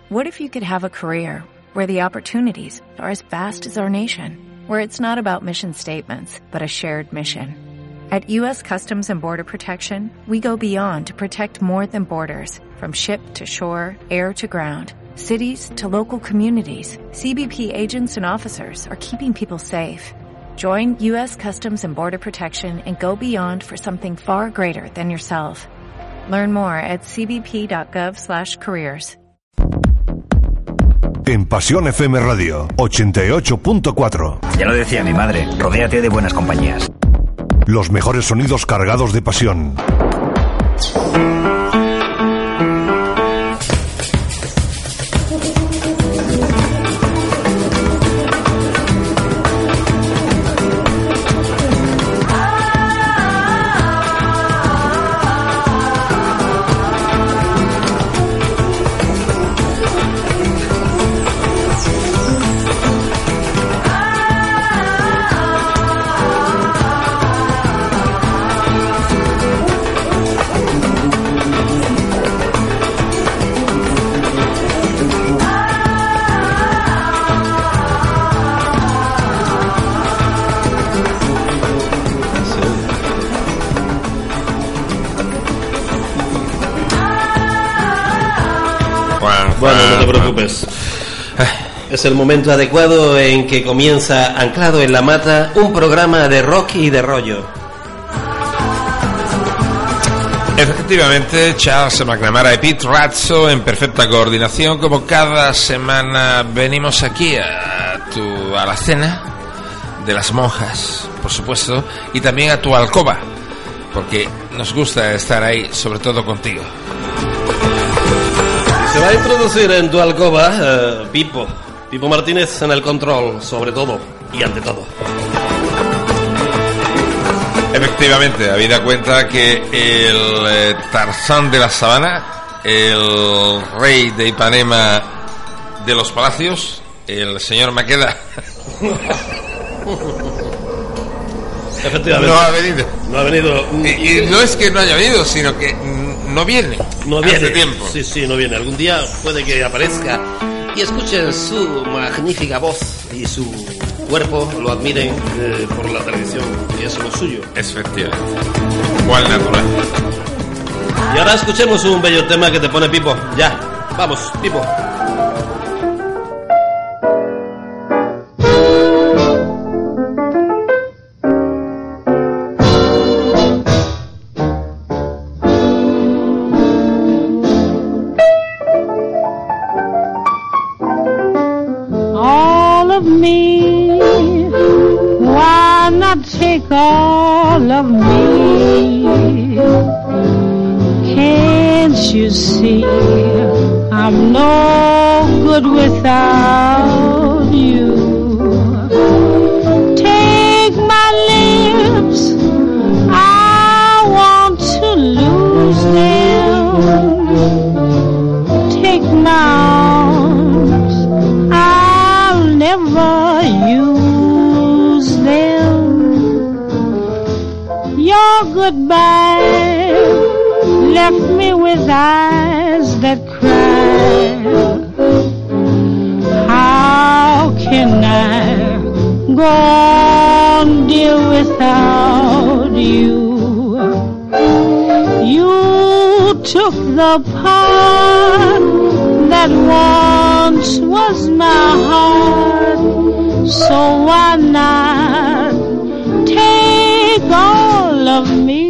What if you could have a career where the opportunities are as vast as our nation, where it's not about mission statements, but a shared mission? At U.S. Customs and Border Protection, we go beyond to protect more than borders, from ship to shore, air to ground, cities to local communities. CBP agents and officers are keeping people safe. Join U.S. Customs and Border Protection and go beyond for something far greater than yourself. Learn more at cbp.gov/careers. En Pasión FM Radio 88.4. Ya lo decía mi madre, rodéate de buenas compañías. Los mejores sonidos cargados de pasión. Bueno, no te preocupes. Es el momento adecuado en que comienza Anclado en la Mata, un programa de rock y de rollo. Efectivamente, Charles McNamara y Pete Razzo en perfecta coordinación. Como cada semana venimos aquí a la cena de las monjas, por supuesto, y también a tu alcoba, porque nos gusta estar ahí, sobre todo contigo. Se va a introducir en tu alcoba Pipo Martínez en el control, sobre todo y ante todo. Efectivamente, habida cuenta que el Tarzán de la Sabana, el rey de Ipanema de los palacios, el señor Maqueda, efectivamente, no ha venido. Y no es que no haya venido, sino que no viene. Hace tiempo. Sí, no viene. Algún día puede que aparezca y escuchen su magnífica voz y su cuerpo lo admiren por la tradición, y eso es lo suyo. Efectivamente. Cual natural. Y ahora escuchemos un bello tema que te pone Pipo. Ya, vamos, Pipo. All of me, can't you see I'm no good without you? Take my lips, I want to lose them. Take my arms, I'll never use them. Your goodbye left me with eyes that cry. How can I go on, dear, without you? You took the part that once was my heart, so why not take all of me?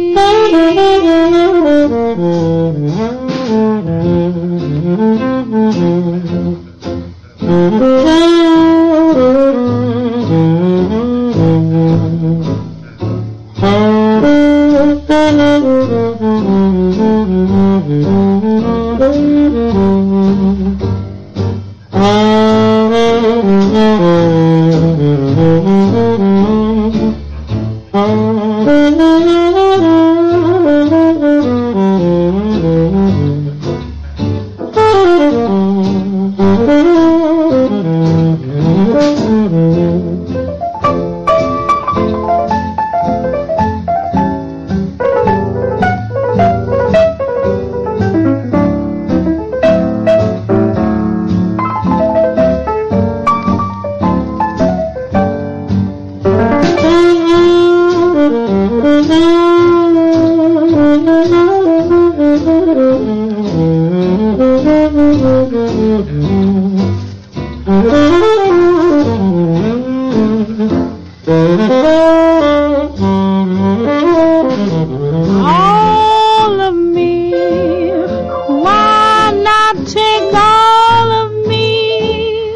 All of me, why not take all of me?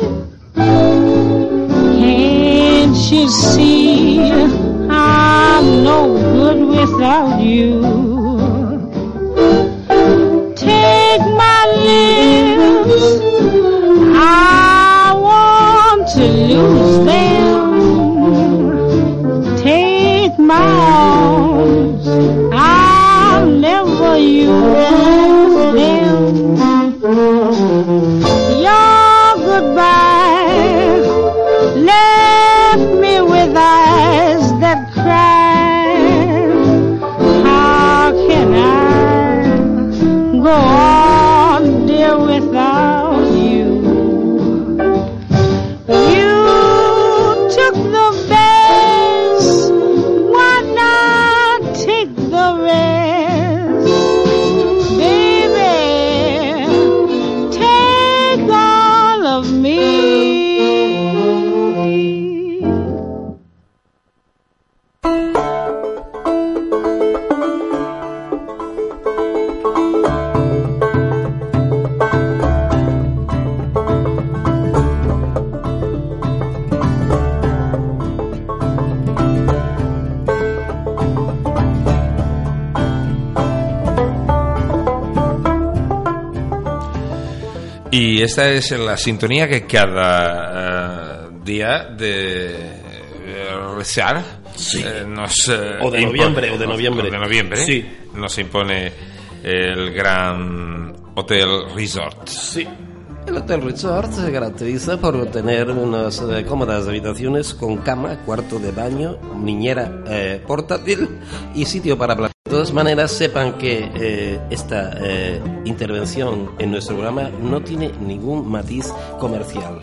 Can't you see I'm no good without you? Take my lips, I want to lose them. Take my arms, I'll never use them. Your goodbye left me with eyes that cry. How can I go on, dear, without you? You took the best, why not take the rest? Baby, take all of me. Y esta es la sintonía que cada día de rezar nos o de noviembre, sí, nos impone el Gran Hotel Resort. Sí. El Hotel Resort se caracteriza por tener unas cómodas habitaciones con cama, cuarto de baño, niñera portátil y sitio para plantar. De todas maneras, sepan que esta intervención en nuestro programa no tiene ningún matiz comercial.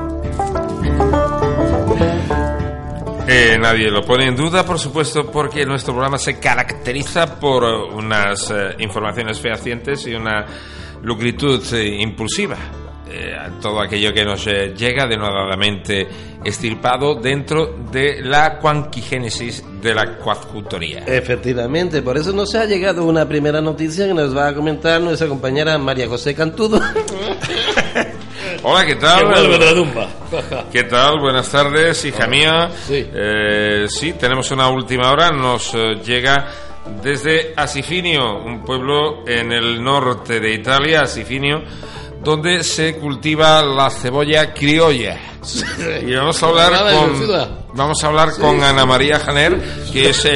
Nadie lo pone en duda, por supuesto, porque nuestro programa se caracteriza por unas informaciones fehacientes y una lucritud impulsiva. Todo aquello que nos llega denodadamente estirpado dentro de la cuanquigénesis de la coadjutoría. Efectivamente, por eso nos ha llegado una primera noticia que nos va a comentar nuestra compañera María José Cantudo. Hola, ¿qué tal? Que vuelve de la tumba. ¿Qué tal? Buenas tardes, hija mía. Sí. Sí, tenemos una última hora. Nos llega desde Asifinio, un pueblo en el norte de Italia, Asifinio, donde se cultiva la cebolla criolla. Y vamos a hablar con Ana María Janer, que es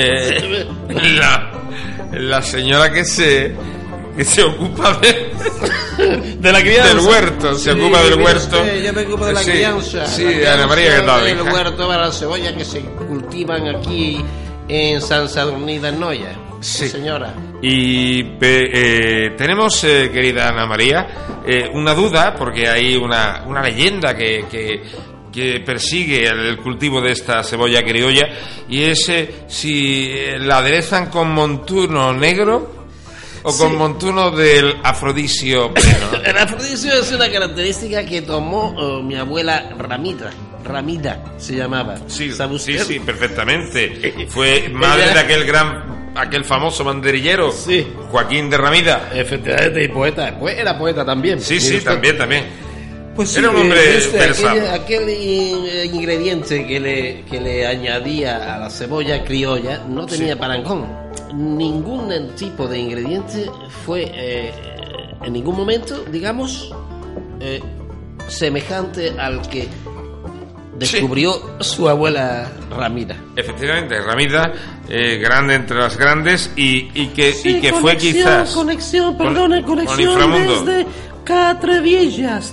la señora que se ocupa de la crianza del huerto, se ocupa del huerto. Yo me ocupo de la crianza. Sí, Ana María, ¿qué tal? El huerto para la cebolla que se cultivan aquí en San Sadurní de Noia. Sí, señora. Y tenemos, querida Ana María, una duda, porque hay una leyenda que persigue el cultivo de esta cebolla criolla, y es si la aderezan con montuno negro o con montuno del afrodisio pleno. El afrodisio es una característica que tomó mi abuela Ramida se llamaba. Sí, sí, perfectamente. Fue madre de aquel famoso banderillero, sí, Joaquín de Ramida. Efectivamente, y poeta. Pues era poeta también. Sí, también. Pues sí, era un hombre versado. Aquel ingrediente que le añadía a la cebolla criolla no tenía parangón. Ningún tipo de ingrediente fue en ningún momento, digamos, semejante al que descubrió su abuela Ramida. Efectivamente, Ramida, grande entre las grandes, y que fue quizás conexión desde Catrevillas,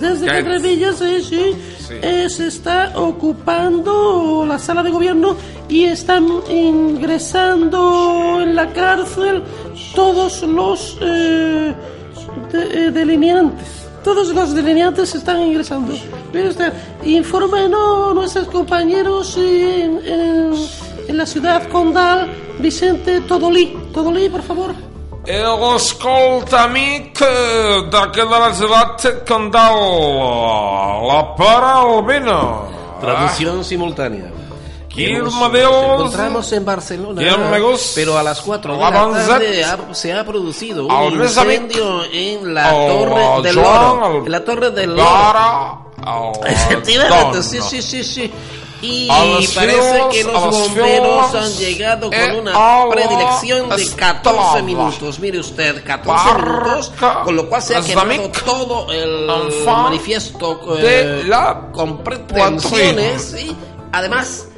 se está ocupando la sala de gobierno y están ingresando en la cárcel todos los delineantes. Todos los delineantes están ingresando. Pero informen nuestros compañeros en la ciudad condal, Vicente Todolí. Todolí, por favor. Ascolta amic d'aquella gelata condal la para al vino. Traducción simultánea. Nos encontramos en Barcelona, pero a las 4 de la tarde se ha producido un incendio en la Torre del Oro. En la Torre del Oro. Efectivamente, sí. Y parece que los bomberos han llegado con una predilección de 14 minutos. Mire usted, 14 minutos, con lo cual se ha quemado todo el manifiesto con pretensiones. Y además,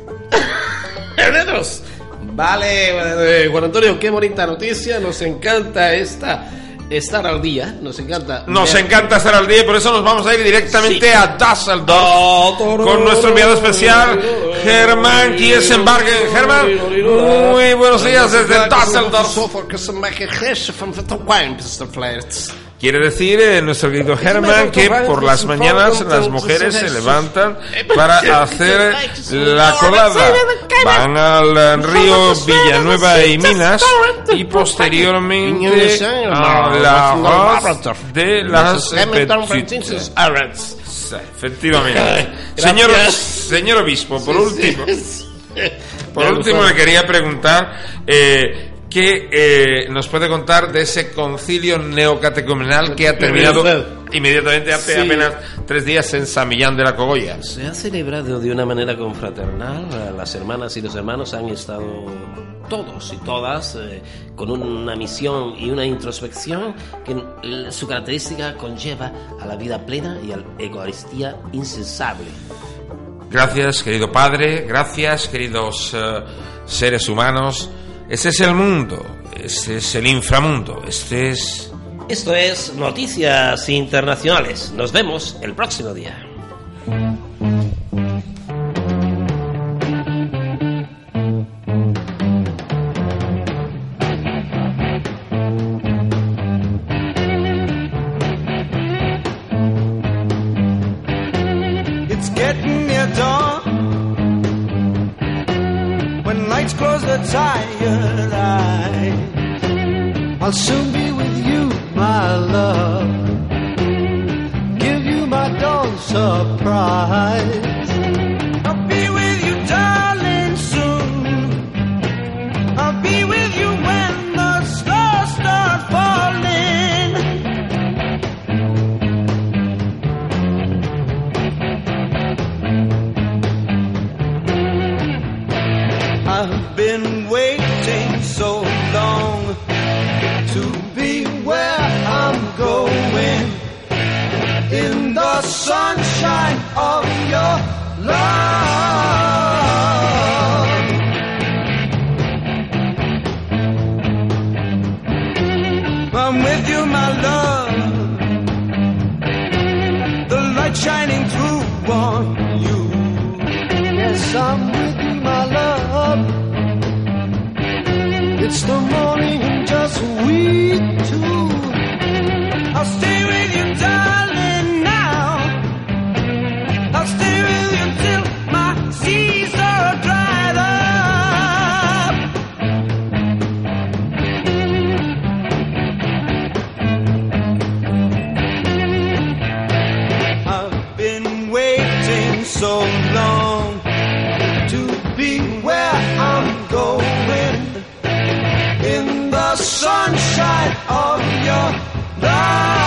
vale, Juan Antonio, qué bonita noticia. Nos encanta estar al día, nos encanta estar al día, y por eso nos vamos a ir directamente a Düsseldorf con nuestro enviado especial Germán Kiesenbargen. Germán, muy buenos días desde Düsseldorf. Quiere decir, nuestro querido Germán, que por las mañanas las mujeres se levantan para hacer la colada. Van al río Villanueva y Minas y posteriormente a la de las Petites. Efectivamente. Señor obispo, por último le quería preguntar ¿qué nos puede contar de ese concilio neocatecumenal que ha terminado inmediatamente hace apenas 3 días en San Millán de la Cogolla? Se ha celebrado de una manera confraternal. Las hermanas y los hermanos han estado todos y todas con una misión y una introspección que su característica conlleva a la vida plena y a la Eucaristía incesable. Gracias, querido Padre. Gracias, queridos seres humanos. Ese es el mundo, ese es el inframundo, Esto es Noticias Internacionales. Nos vemos el próximo día. It's getting near dawn. When lights close the tired eyes, I'll soon be with you, my love. Give you my dawn surprise. I'll be with you, darling, soon. I'll be with you when the stars start falling. I've been waiting so long to be where I'm going, in the sunshine of your love. I'm with you, my love, the light shining through on you. Yes, I'm with you, my love. It's the morning and just we two. I'll stay with you, darling, now. I'll stay with you till my seas are dried up. I've been waiting so long to be where I'm going, in the sunshine of your love.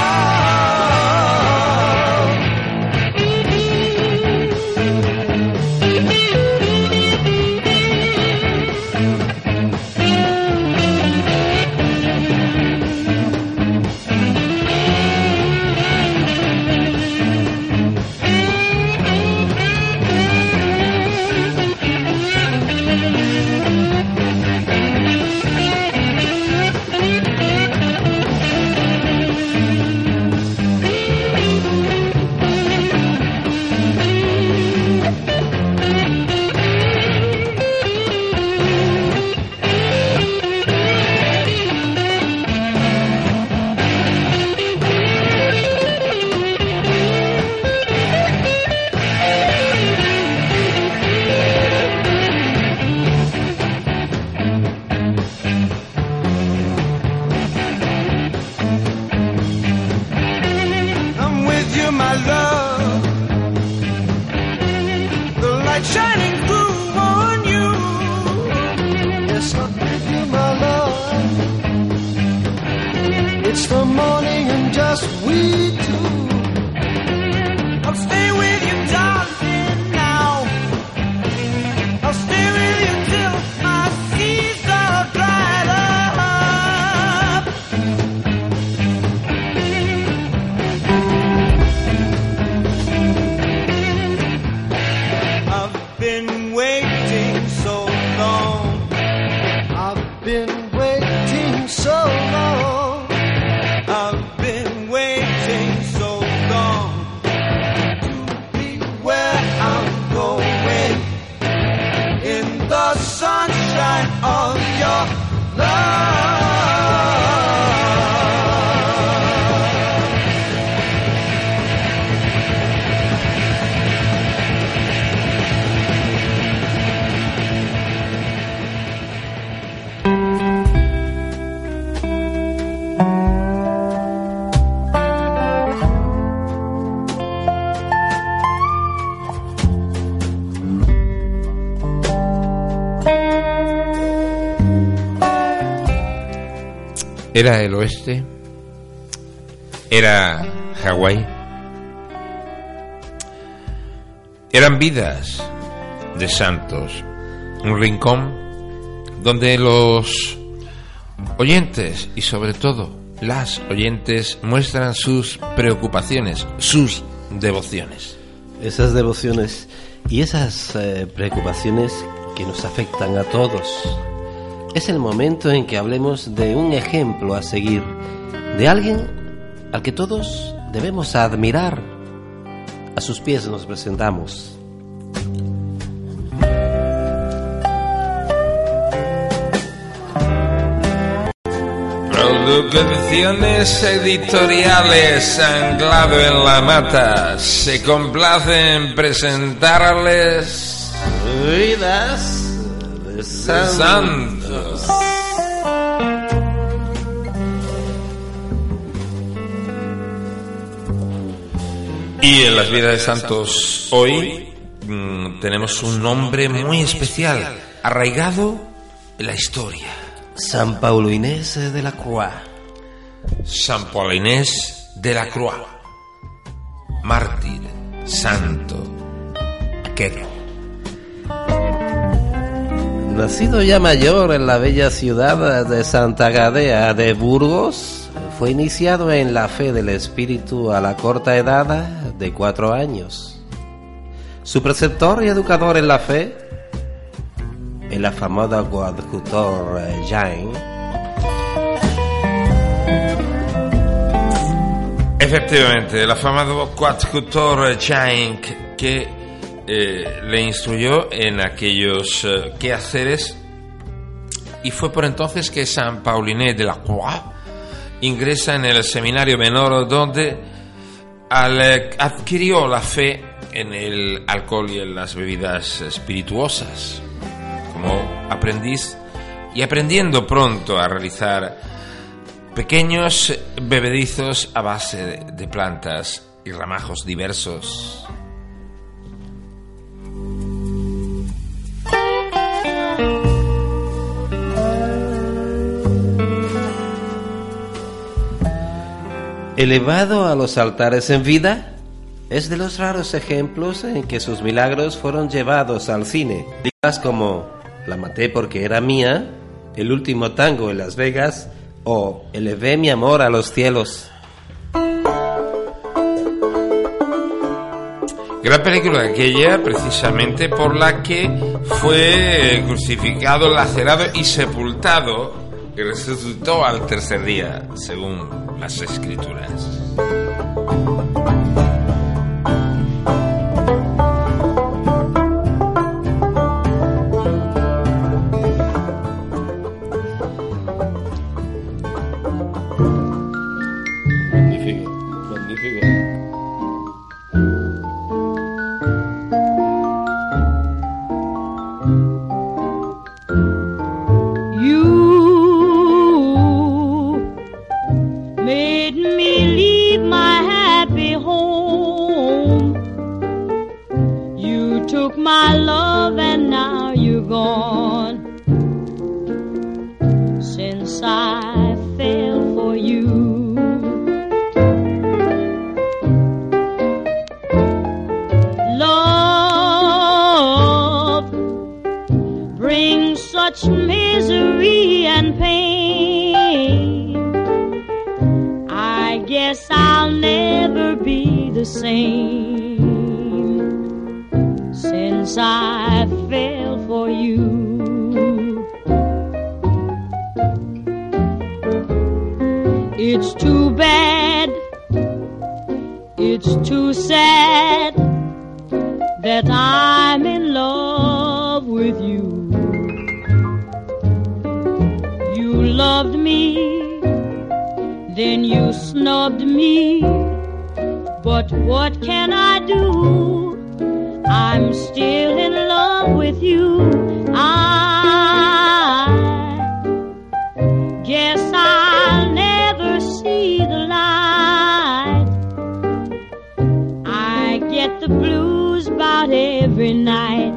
my love. The light shining through on you. Yes, I'll give you my love. It's the morning and just we two. I'll stay with you, darling, now. I'll stay with you till my seas are dried up. I've been waiting so long. I've been waiting so long. I've been waiting so long to be where I'm going in the sunshine of your love. Era el oeste, era Hawái, eran vidas de santos, un rincón donde los oyentes y sobre todo las oyentes muestran sus preocupaciones, sus devociones. Esas devociones y esas preocupaciones que nos afectan a todos. Es el momento en que hablemos de un ejemplo a seguir, de alguien al que todos debemos admirar. A sus pies nos presentamos. Producciones editoriales Anclado en la Mata se complace en presentarles Vidas de santos. Y en las vidas de santos hoy tenemos un nombre muy especial, arraigado en la historia. San Paulo Inés de la Croix. San Paulo Inés de la Croix, mártir, santo, arquero. Nacido ya mayor en la bella ciudad de Santa Gadea de Burgos, fue iniciado en la fe del Espíritu a la corta edad de 4 años. Su preceptor y educador en la fe, el afamado coadjutor Jain. Efectivamente, el afamado coadjutor Jain que le instruyó en aquellos quehaceres, y fue por entonces que San Pauliné de la Croix ingresa en el seminario menor, donde adquirió la fe en el alcohol y en las bebidas espirituosas como aprendiz, y aprendiendo pronto a realizar pequeños bebedizos a base de plantas y ramajos diversos. Elevado a los altares en vida, es de los raros ejemplos en que sus milagros fueron llevados al cine. Películas como La maté porque era mía, El último tango en Las Vegas o Elevé mi amor a los cielos. Gran película aquella, precisamente por la que fue crucificado, lacerado y sepultado, y resucitó al tercer día, según las escrituras. Magnífico, magnífico. Made me leave my happy home. took my love and now you're gone. Since I fell for you, love brings such misery and pain. I guess I'll never be the same since I fell for you. It's too bad, it's too sad that I'm in love with you. You loved me, then you snubbed me, but what can I do? I'm still in love with you. I guess I'll never see the light. I get the blues about every night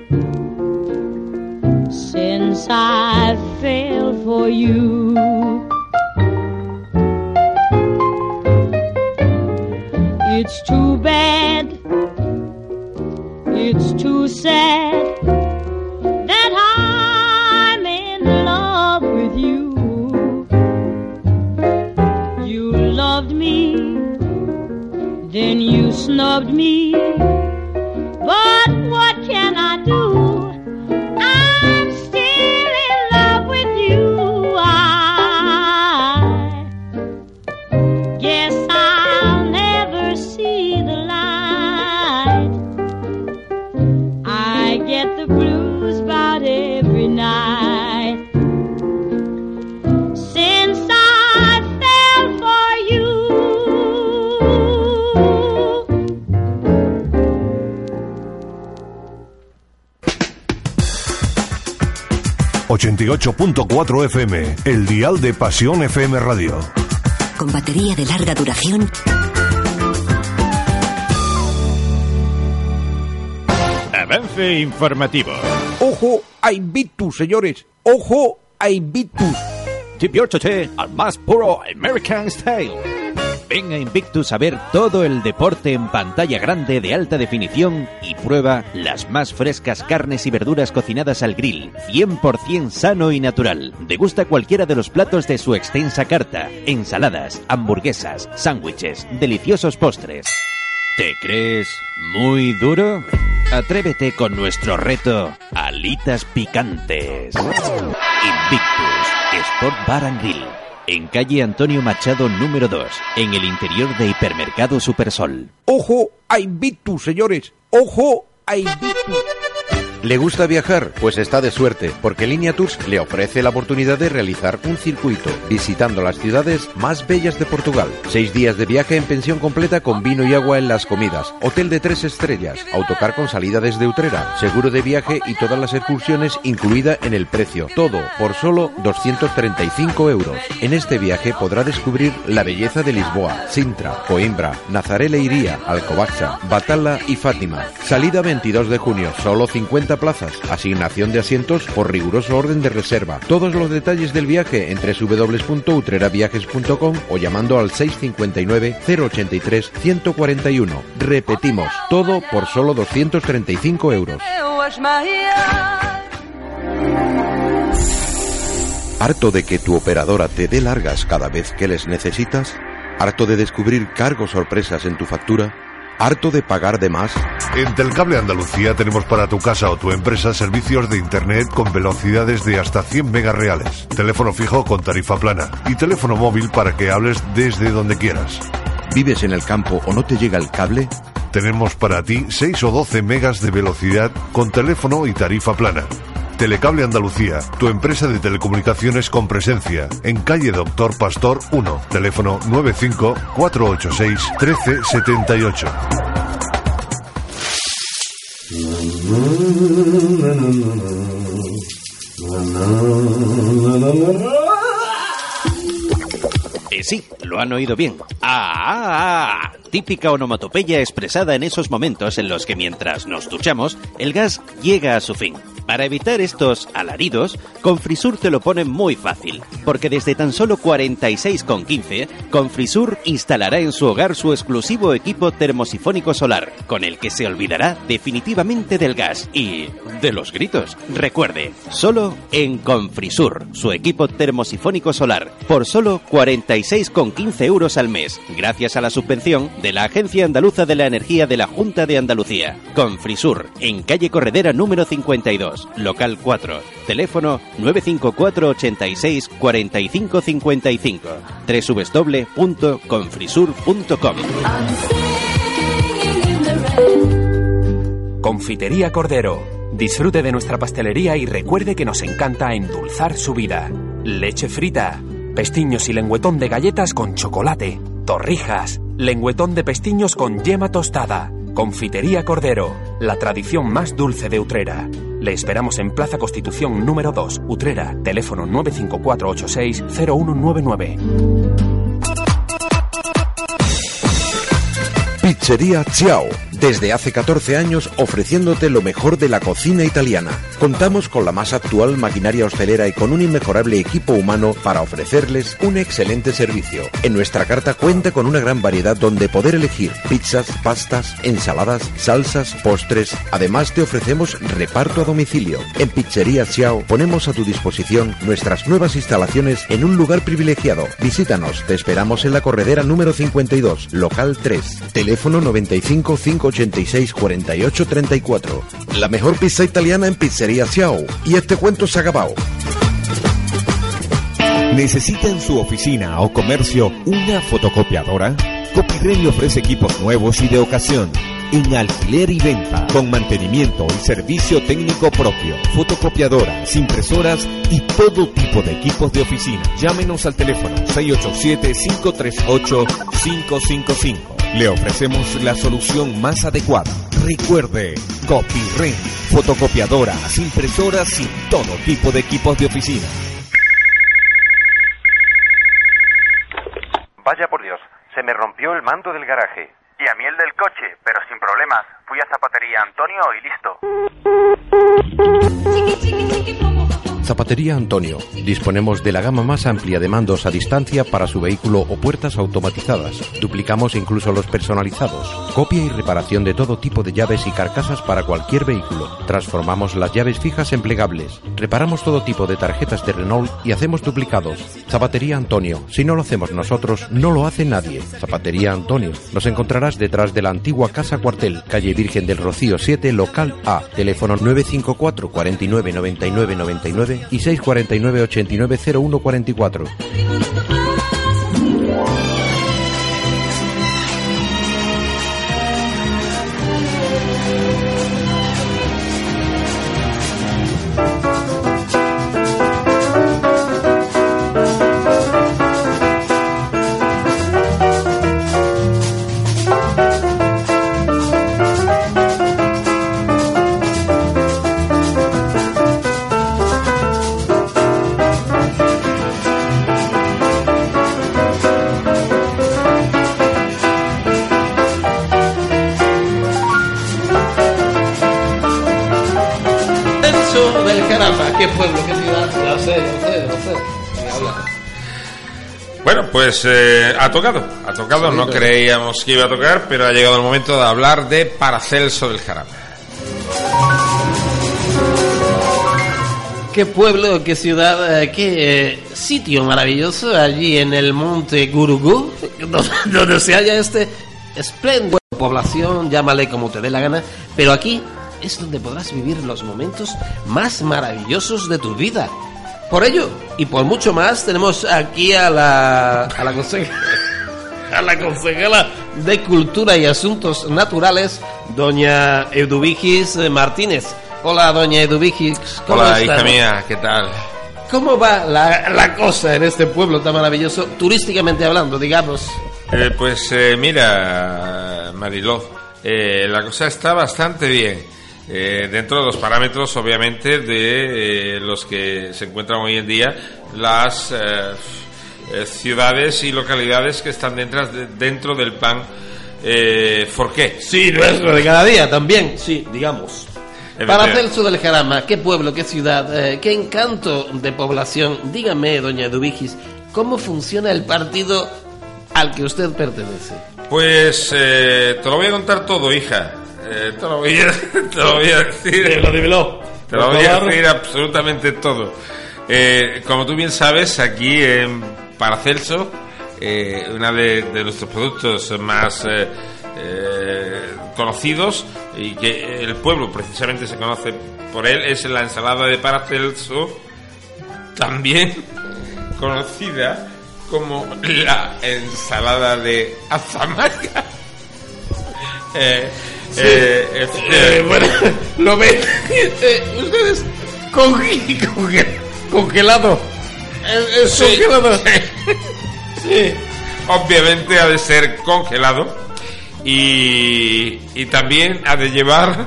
since I fell for you. It's too bad, it's too sad that I'm in love with you. You loved me, then you snubbed me, but what can I do? I'm still in love with you. I guess I'll never see the light. I get the blues about every night since I fell for you. 88.4 FM, el dial de Pasión FM Radio. Con batería de larga duración. Avance informativo. ¡Ojo a Invictus, señores! ¡Ojo a Invictus! Diviértete al más puro American Style. Ven a Invictus a ver todo el deporte en pantalla grande de alta definición y prueba las más frescas carnes y verduras cocinadas al grill, 100% sano y natural. Degusta cualquiera de los platos de su extensa carta, ensaladas, hamburguesas, sándwiches, deliciosos postres. ¿Te crees muy duro? Atrévete con nuestro reto Alitas Picantes. Invictus Sport Bar and Grill, en calle Antonio Machado número 2, en el interior de Hipermercado Supersol. ¡Ojo a Invictus, señores! ¡Ojo a Invictus! ¿Le gusta viajar? Pues está de suerte, porque Linea Tours le ofrece la oportunidad de realizar un circuito visitando las ciudades más bellas de Portugal. 6 días de viaje en pensión completa con vino y agua en las comidas, hotel de 3 estrellas, autocar con salida desde Utrera, seguro de viaje y todas las excursiones incluida en el precio. Todo por solo 235 euros. En este viaje podrá descubrir la belleza de Lisboa, Sintra, Coimbra, Nazaré Leiria, Alcobaça, Batalla y Fátima. Salida 22 de junio, solo 50 plazas, asignación de asientos por riguroso orden de reserva. Todos los detalles del viaje en www.utreraviajes.com o llamando al 659 083 141. Repetimos, todo por solo 235 euros. ¿Harto de que tu operadora te dé largas cada vez que les necesitas? ¿Harto de descubrir cargos sorpresas en tu factura? ¿Harto de pagar de más? En Telecable Andalucía tenemos para tu casa o tu empresa servicios de internet con velocidades de hasta 100 megas reales, teléfono fijo con tarifa plana y teléfono móvil para que hables desde donde quieras. ¿Vives en el campo o no te llega el cable? Tenemos para ti 6 o 12 megas de velocidad con teléfono y tarifa plana. Telecable Andalucía, tu empresa de telecomunicaciones con presencia, en calle Doctor Pastor 1, teléfono 95 486 1378. Sí, lo han oído bien. ¡Ah! típica onomatopeya expresada en esos momentos en los que mientras nos duchamos, el gas llega a su fin. Para evitar estos alaridos, Confrisur te lo pone muy fácil, porque desde tan solo 46,15, Confrisur instalará en su hogar su exclusivo equipo termosifónico solar, con el que se olvidará definitivamente del gas y de los gritos. Recuerde, solo en Confrisur, su equipo termosifónico solar, por solo 46,15 euros al mes, gracias a la subvención de la Agencia Andaluza de la Energía de la Junta de Andalucía. Confrisur, en calle Corredera número 52. Local 4, teléfono 954 86 45 55, www.confrisur.com. Confitería Cordero. Disfrute de nuestra pastelería y recuerde que nos encanta endulzar su vida. Leche frita, pestiños y lengüetón de galletas con chocolate, torrijas, lengüetón de pestiños con yema tostada. Confitería Cordero, la tradición más dulce de Utrera. Le esperamos en Plaza Constitución número 2, Utrera, teléfono 954860199. Pizzería Ciao. Desde hace 14 años ofreciéndote lo mejor de la cocina italiana. Contamos con la más actual maquinaria hostelera y con un inmejorable equipo humano para ofrecerles un excelente servicio. En nuestra carta cuenta con una gran variedad donde poder elegir pizzas, pastas, ensaladas, salsas, postres. Además te ofrecemos reparto a domicilio. En Pizzería Ciao ponemos a tu disposición nuestras nuevas instalaciones en un lugar privilegiado. Visítanos, te esperamos en la Corredera número 52, local 3, teléfono 95 586 48 34. La mejor pizza italiana en Pizzería Ciao. Y este cuento se ha acabado. ¿Necesita en su oficina o comercio una fotocopiadora? Copyren le ofrece equipos nuevos y de ocasión, en alquiler y venta, con mantenimiento y servicio técnico propio, fotocopiadoras, impresoras y todo tipo de equipos de oficina. Llámenos al teléfono 687-538-555. Le ofrecemos la solución más adecuada. Recuerde, Copyren, fotocopiadoras, impresoras y todo tipo de equipos de oficina. Vaya por Dios, se me rompió el mando del garaje. Y a mí el del coche, pero sin problemas. Fui a Zapatería Antonio y listo. Zapatería Antonio. Disponemos de la gama más amplia de mandos a distancia para su vehículo o puertas automatizadas. Duplicamos incluso los personalizados. Copia y reparación de todo tipo de llaves y carcasas para cualquier vehículo. Transformamos las llaves fijas en plegables. Reparamos todo tipo de tarjetas de Renault y hacemos duplicados. Zapatería Antonio. Si no lo hacemos nosotros, no lo hace nadie. Zapatería Antonio. Nos encontrarás detrás de la antigua Casa Cuartel, calle Virgen del Rocío 7, local A. Teléfono 954 49 99 99 y 649 89 0144. ¿Qué pueblo, qué ciudad? No sé. Bueno, pues ha tocado, sí, no creíamos que iba a tocar, pero ha llegado el momento de hablar de Paracelso del Jarama. Qué pueblo, qué ciudad, qué sitio maravilloso allí en el monte Gurugú, donde se halla este espléndido población, llámale como te dé la gana, pero aquí es donde podrás vivir los momentos más maravillosos de tu vida. Por ello, y por mucho más, tenemos aquí a la concejala de Cultura y Asuntos Naturales, doña Eduvigis Martínez. Hola, doña Eduvigis. Hola, hija mía, ¿qué tal? ¿Cómo va la cosa en este pueblo tan maravilloso, turísticamente hablando, digamos? Mira, Mariló, la cosa está bastante bien. Dentro de los parámetros, obviamente, de los que se encuentran hoy en día las ciudades y localidades que están dentro del plan ¿Por qué? Sí, nuestro de cada día también, sí, digamos. Paracelso del Jarama, qué pueblo, qué ciudad, qué encanto de población. Dígame, doña Eduvigis, ¿cómo funciona el partido al que usted pertenece? Pues te lo voy a contar todo, hija. Te lo voy a decir. Te lo voy a decir absolutamente todo. Como tú bien sabes, aquí en Paracelso, uno de nuestros productos más conocidos y que el pueblo precisamente se conoce por él es la ensalada de Paracelso, también conocida como la ensalada de azamaca. Bueno, lo ven ustedes congelado. Sí, congelado. Sí. Obviamente ha de ser congelado y también ha de llevar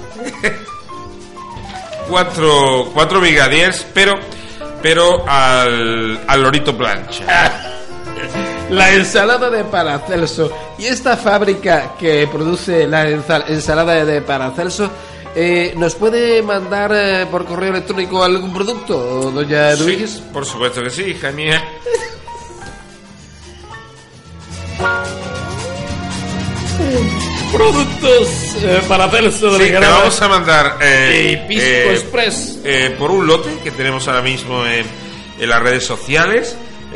cuatro brigadiers, pero al lorito plancha. La ensalada de Paracelso. Y esta fábrica que produce la ensalada de Paracelso, ¿nos puede mandar por correo electrónico algún producto, doña Eduvigis? Sí, por supuesto que sí, hija mía. Productos Paracelso de sí, te vamos a mandar Pisco Express por un lote que tenemos ahora mismo en las redes sociales,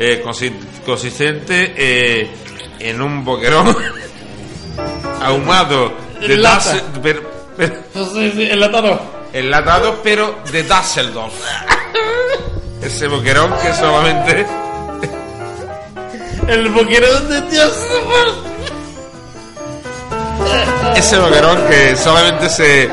consistente en un boquerón ahumado de enlatado, pero de Düsseldorf. Ese boquerón que solamente el boquerón de Düsseldorf. Ese boquerón que solamente se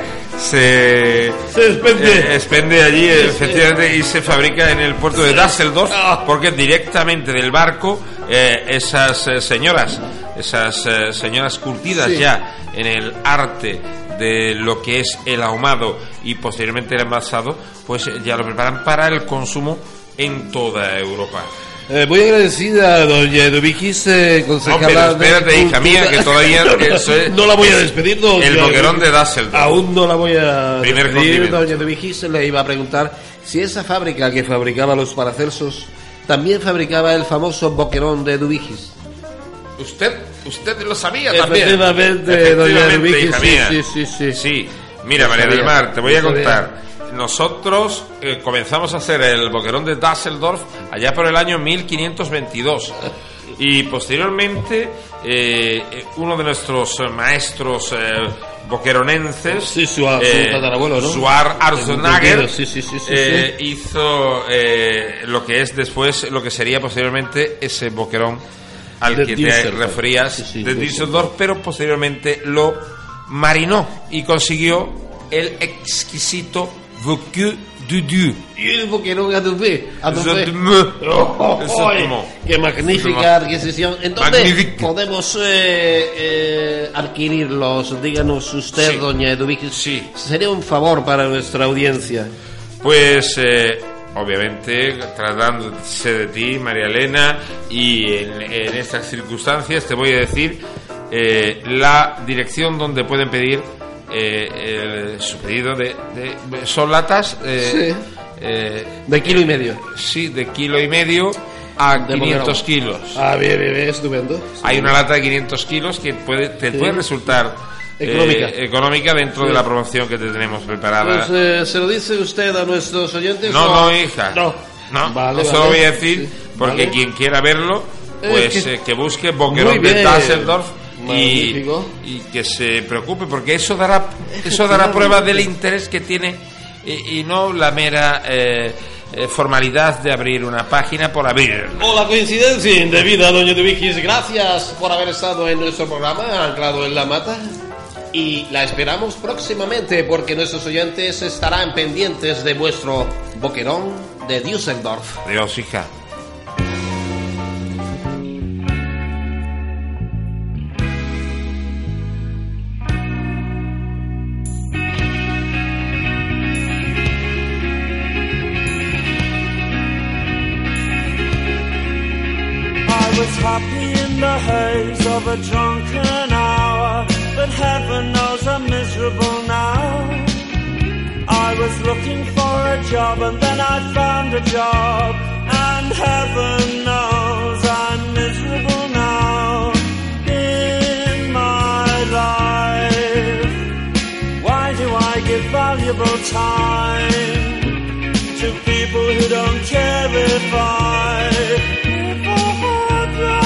expende allí, efectivamente, y se fabrica en el puerto de Düsseldorf, porque directamente del barco esas señoras curtidas ya en el arte de lo que es el ahumado y posteriormente el envasado, pues ya lo preparan para el consumo en toda Europa. Muy agradecida, doña Eduvigis, concejala. No, pero espérate, hija mía, que todavía no la voy a despedir, doña el boquerón de Düsseldorf. Aún no la voy a despedir, doña condimento. Eduvigis. Le iba a preguntar si esa fábrica que fabricaba los Paracelsos también fabricaba el famoso boquerón de Eduvigis. Usted lo sabía también. Efectivamente, doña Eduvigis, hija mía. Sí. Mira, María del Mar, te voy a contar. Nosotros comenzamos a hacer el boquerón de Düsseldorf allá por el año 1522 y posteriormente uno de nuestros maestros boqueronenses, su tatarabuelo, ¿no? Suar Arzonager, hizo lo que es después, lo que sería posteriormente ese boquerón al que te referías de Düsseldorf, pero posteriormente lo marinó y consiguió el exquisito Bocuse de Dieu. Y el boquerón a Dubé. ¡Qué magnífica adquisición! ¿Entonces podemos adquirirlos? Díganos usted, doña Eduvigis. Sí. Sería un favor para nuestra audiencia. Pues obviamente tratándose de ti, María Elena, y en estas circunstancias te voy a decir la dirección donde pueden pedir su pedido son latas de kilo y medio. Sí, de kilo y medio a 500 kilos. Bien, estupendo. Hay una lata de 500 kilos que puede resultar económica dentro de la promoción que te tenemos preparada. Pues se lo dice usted a nuestros oyentes. No, hija. No se lo voy a decir porque quien quiera verlo, pues que busque boquerón de Düsseldorf. Y que se preocupe, porque eso dará prueba del interés que tiene y no la mera formalidad de abrir una página por abrir. O la coincidencia indebida, doña Eduvigis. Gracias por haber estado en nuestro programa Anclado en la Mata, y la esperamos próximamente porque nuestros oyentes estarán pendientes de vuestro boquerón de Düsseldorf. Adiós, hija. Happy in the haze of a drunken hour. miserable now. I was looking for a job and then I found a job, and heaven knows I'm miserable now in my life. Why do I give valuable time to people who don't care if I die?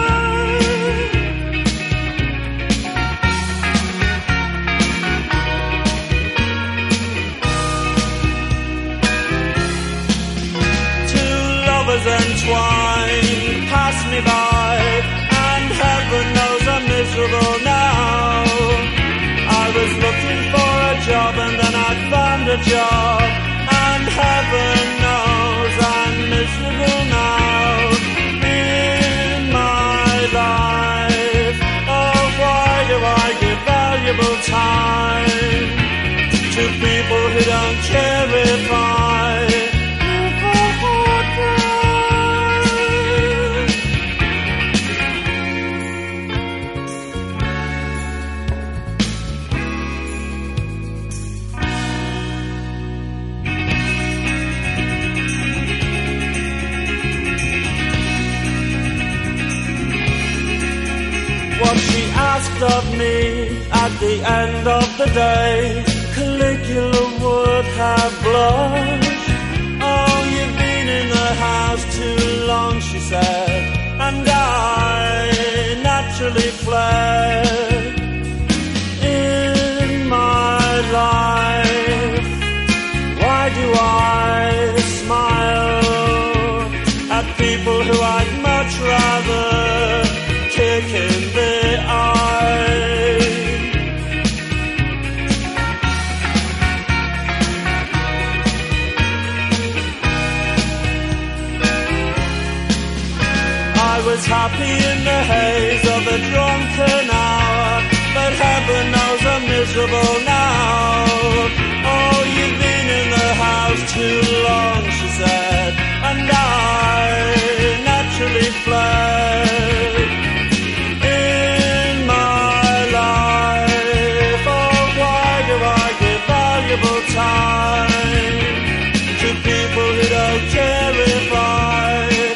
Entwined pass me by, and heaven knows I'm miserable now. I was looking for a job and then I found a job, and heaven knows I'm miserable now in my life. Oh, why do I give valuable time to people who don't care if I live or die? What she asked of me at the end of the day, Caligula would have blushed. Oh, you've been in the house too long, she said, and I naturally fled. In my life, why do I smile at people who I'd much rather kick in the eye? I was happy in the haze of a drunken hour, but heaven knows I'm miserable now. Oh, you've been in the house too long, she said, and I naturally fled. In my life, oh, why do I give valuable time to people who don't care if I die?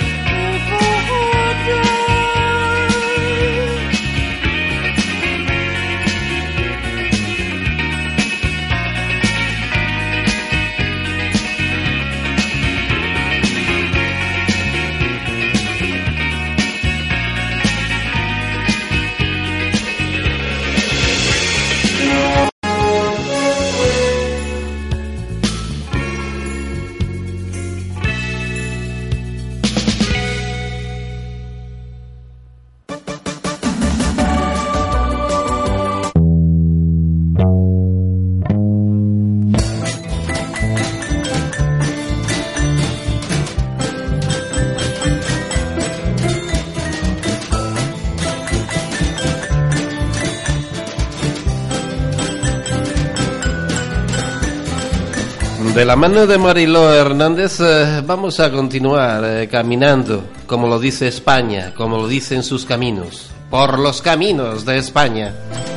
De la mano de Mariló Hernández vamos a continuar caminando, como lo dice España, como lo dicen sus caminos, por los caminos de España.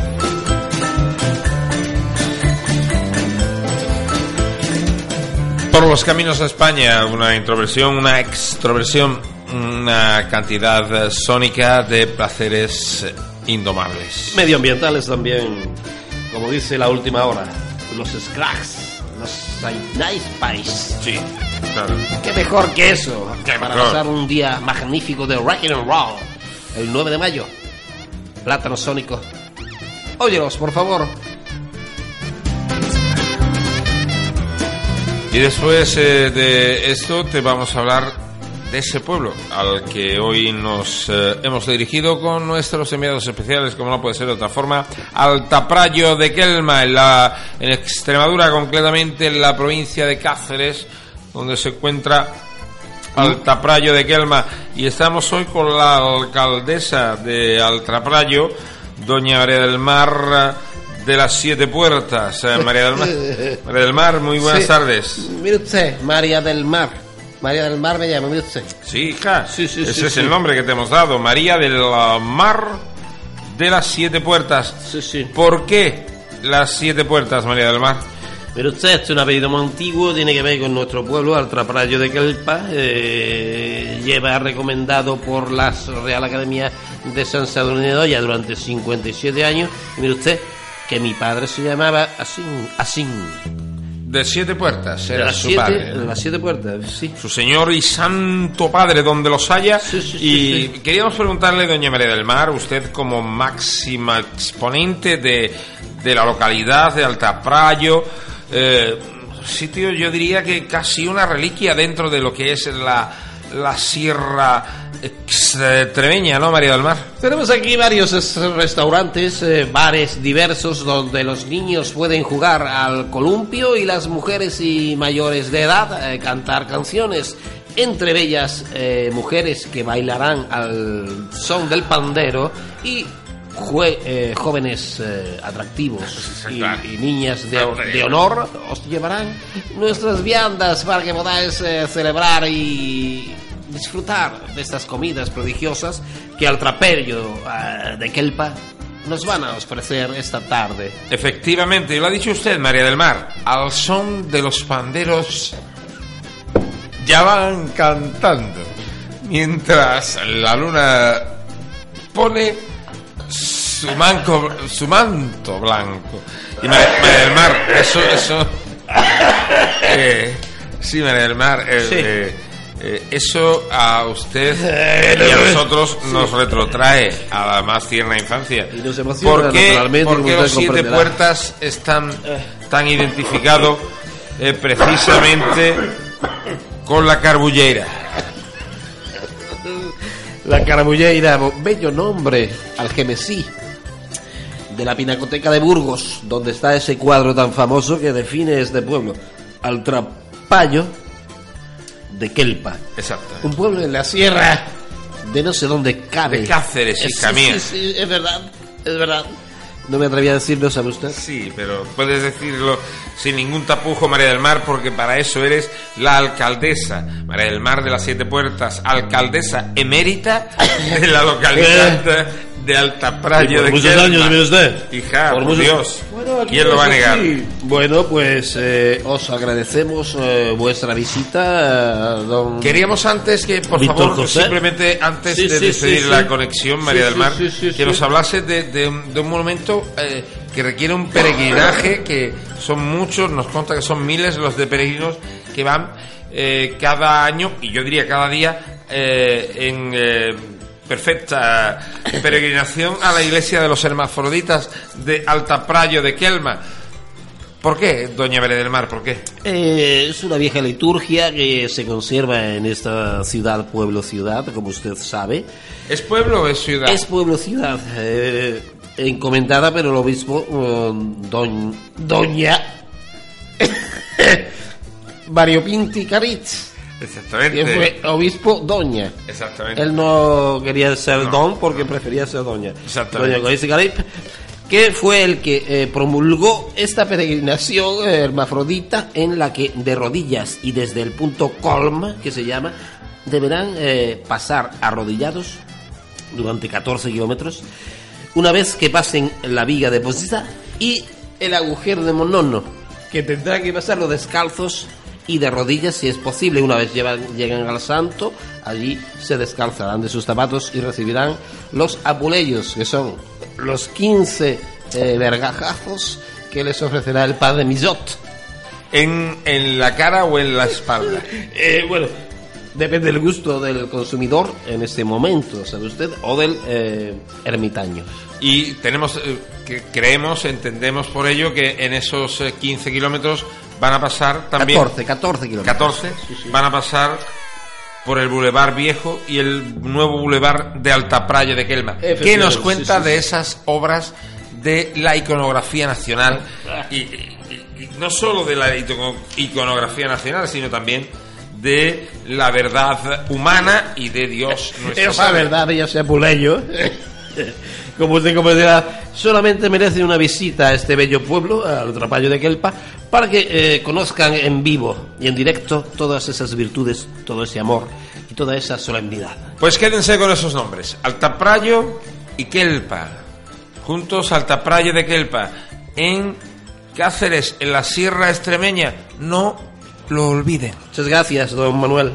Por los caminos de España, una introversión, una extroversión, una cantidad sónica de placeres indomables. Medioambientales también, como dice La Última Hora, los scrags. Los Nice Pies. Sí, claro. ¿Qué mejor que eso? ¿Qué para mejor? pasar un día magnífico de rock and roll. El 9 de mayo. Plátano Sónico. Óyelos, por favor. Y después de esto te vamos a hablar de ese pueblo al que hoy nos hemos dirigido con nuestros enviados especiales, como no puede ser de otra forma, Altaprayo de Kelma, en Extremadura, concretamente en la provincia de Cáceres, donde se encuentra Altaprayo de Kelma. Y estamos hoy con la alcaldesa de Altaprayo, doña María del Mar de las Siete Puertas. María del Mar, muy buenas tardes. Mire usted, María del Mar. María del Mar me llama, mire usted. Sí, hija. Sí, ese es el nombre que te hemos dado. María del Mar de las Siete Puertas. Sí. ¿Por qué las 7 puertas, María del Mar? Pero usted, es un apellido muy antiguo, tiene que ver con nuestro pueblo, Altaprayo de Quelpa, lleva recomendado por la Real Academia de San Sadurniño ya durante 57 años. Y mire usted, que mi padre se llamaba Asín. De 7 puertas era las su padre, de ¿no? las 7 puertas, sí. Su señor y santo padre, donde los haya. Sí. Queríamos preguntarle, doña María del Mar, usted como máxima exponente de la localidad de Altaprayo, sitio, yo diría que casi una reliquia dentro de lo que es la sierra extremeña, ¿no, María del Mar? Tenemos aquí varios restaurantes, bares diversos donde los niños pueden jugar al columpio y las mujeres y mayores de edad cantar canciones. Entre bellas mujeres que bailarán al son del pandero y jóvenes atractivos y niñas de honor os llevarán nuestras viandas para que podáis celebrar y disfrutar de estas comidas prodigiosas que Altaprayo de Quelpa nos van a ofrecer esta tarde. Efectivamente, y lo ha dicho usted, María del Mar, al son de los panderos ya van cantando mientras la luna pone su manto blanco. Y María del Mar, eso sí, María del Mar, eso a usted y a nosotros nos retrotrae a la más tierna infancia. Y nos emociona, naturalmente, porque los 7 puertas están tan identificados precisamente con la Carbulleira. La Carbulleira, bello nombre, algemesí, de la Pinacoteca de Burgos, donde está ese cuadro tan famoso que define este pueblo, Altaprayo de Quelpa. Exacto. Un pueblo en la sierra de no sé dónde cabe. De Cáceres, hija mía. Sí, es verdad. No me atreví a decirlo, ¿sabe usted? Sí, pero puedes decirlo sin ningún tapujo, María del Mar, porque para eso eres la alcaldesa, María del Mar de las 7 puertas, alcaldesa emérita de la localidad de Altaprayo de muchos Quelpa. años, mire usted. Hija, por Dios, bueno, ¿quién lo va a negar? Sí. Bueno, pues os agradecemos vuestra visita, don... Queríamos antes que, por Víctor favor, José. simplemente antes de despedir la conexión, María del Mar, que nos hablase de un monumento que requiere un peregrinaje, que son muchos, nos consta que son miles los de peregrinos que van cada año, y yo diría cada día, en perfecta peregrinación a la iglesia de los hermafroditas de Altaprayo de Quelpa. ¿Por qué, doña María del Mar? ¿Por qué? Es una vieja liturgia que se conserva en esta ciudad, pueblo-ciudad, como usted sabe. ¿Es pueblo o es ciudad? Es pueblo-ciudad, encomendada por el obispo doña Variopinti Caritz. Exactamente. Que fue obispo doña. Exactamente. Él no quería ser don porque prefería ser doña. Exactamente. Doña Caritz Caritz, que fue el que promulgó esta peregrinación hermafrodita en la que de rodillas y desde el punto Colm, que se llama, deberán pasar arrodillados durante 14 kilómetros una vez que pasen la viga de Posita y el agujero de Monono, que tendrán que pasarlo descalzos y de rodillas si es posible. Una vez llegan al santo, allí se descalzarán de sus zapatos y recibirán los apuleyos, que son los 15 vergajazos que les ofrecerá el padre Millot. ¿En la cara o en la espalda? Bueno, depende del gusto del consumidor en este momento, ¿sabe usted? O del ermitaño. Y tenemos, entendemos por ello que en esos 15 kilómetros van a pasar también... 14 kilómetros. 14, sí. Van a pasar por el Boulevard Viejo y el nuevo Boulevard de Altaprayo de Quelpa. ¿Qué nos cuenta de esas obras de la iconografía nacional? Y no solo de la iconografía nacional, sino también de la verdad humana y de Dios nuestro Esa Padre. verdad, ya sea puleyo, como usted comprenderá, solamente merece una visita a este bello pueblo, al Altaprayo de Quelpa, para que conozcan en vivo y en directo todas esas virtudes, todo ese amor y toda esa solemnidad. Pues quédense con esos nombres, Altaprayo y Quelpa, juntos Altaprayo de Quelpa, en Cáceres, en la Sierra Extremeña. No lo olviden. Muchas gracias, don Manuel.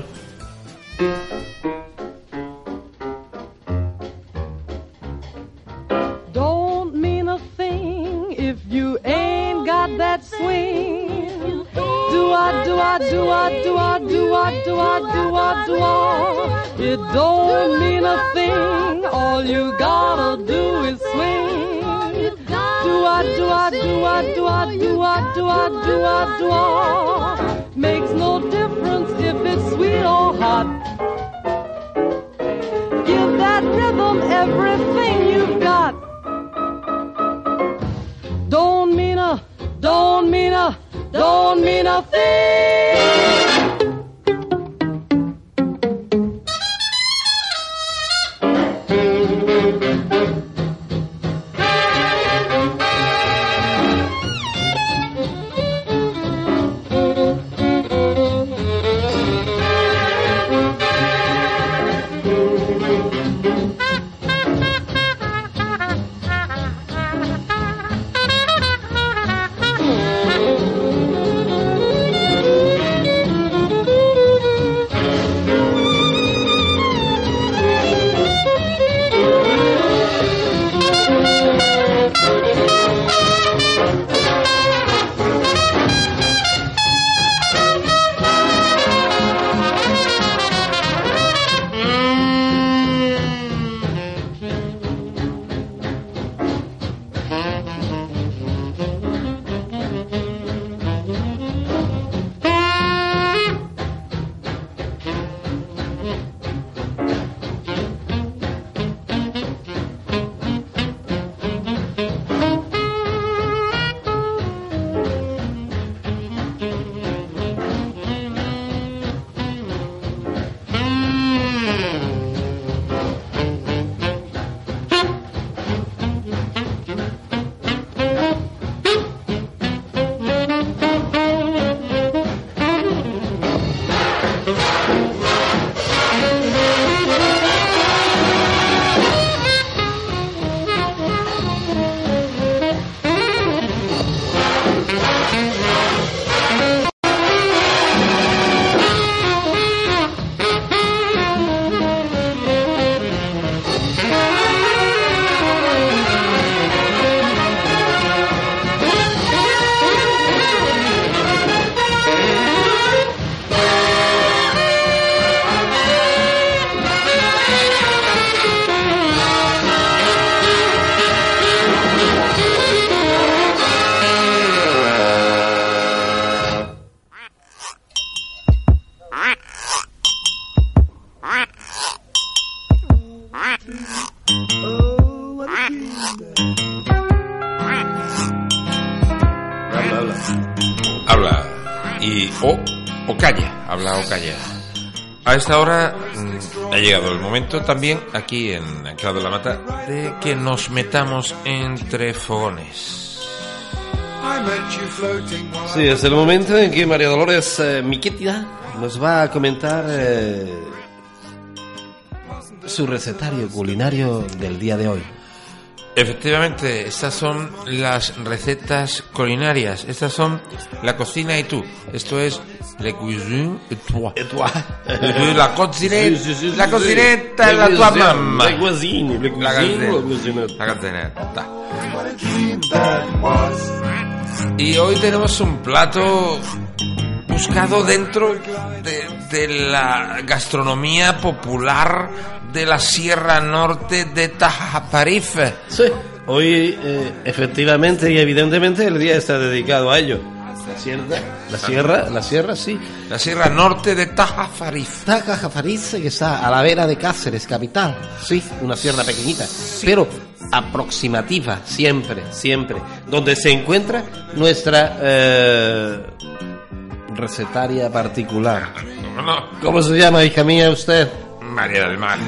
Don't mean a thing if you ain't got that swing. Do I, do I, do I, do I, do I, do I, do I, do I. It don't mean a thing, all you gotta do is swing. Do I, do I, do I, do I, do I, do I, do I, do I. Makes no difference if it's sweet or hot. Give that rhythm everything you've got. Don't mean a, don't mean a, don't mean a thing. Habla y o calla, habla o calla. A esta hora ha llegado el momento también aquí en Anclado en la Mata de que nos metamos entre fogones. Sí, es el momento en que María Dolores Miquetia nos va a comentar su recetario culinario del día de hoy. Efectivamente, estas son las recetas culinarias. Estas son la cocina y tú. Esto es la cuisine et toi. La cocineta, la cocineta es la tua mamma. La cuisine, la cocineta. Y hoy tenemos un plato buscado dentro de la gastronomía popular de la Sierra Norte de Tajaparife. Sí, hoy efectivamente y evidentemente el día está dedicado a ello. La sierra, sí. La Sierra Norte de Tajaparife. Tajaparife, que está a la vera de Cáceres, capital. Sí, una sierra pequeñita, sí, pero aproximativa, siempre. Donde se encuentra nuestra recetaria particular. No. ¿Cómo se llama, hija mía, usted? María del Mar.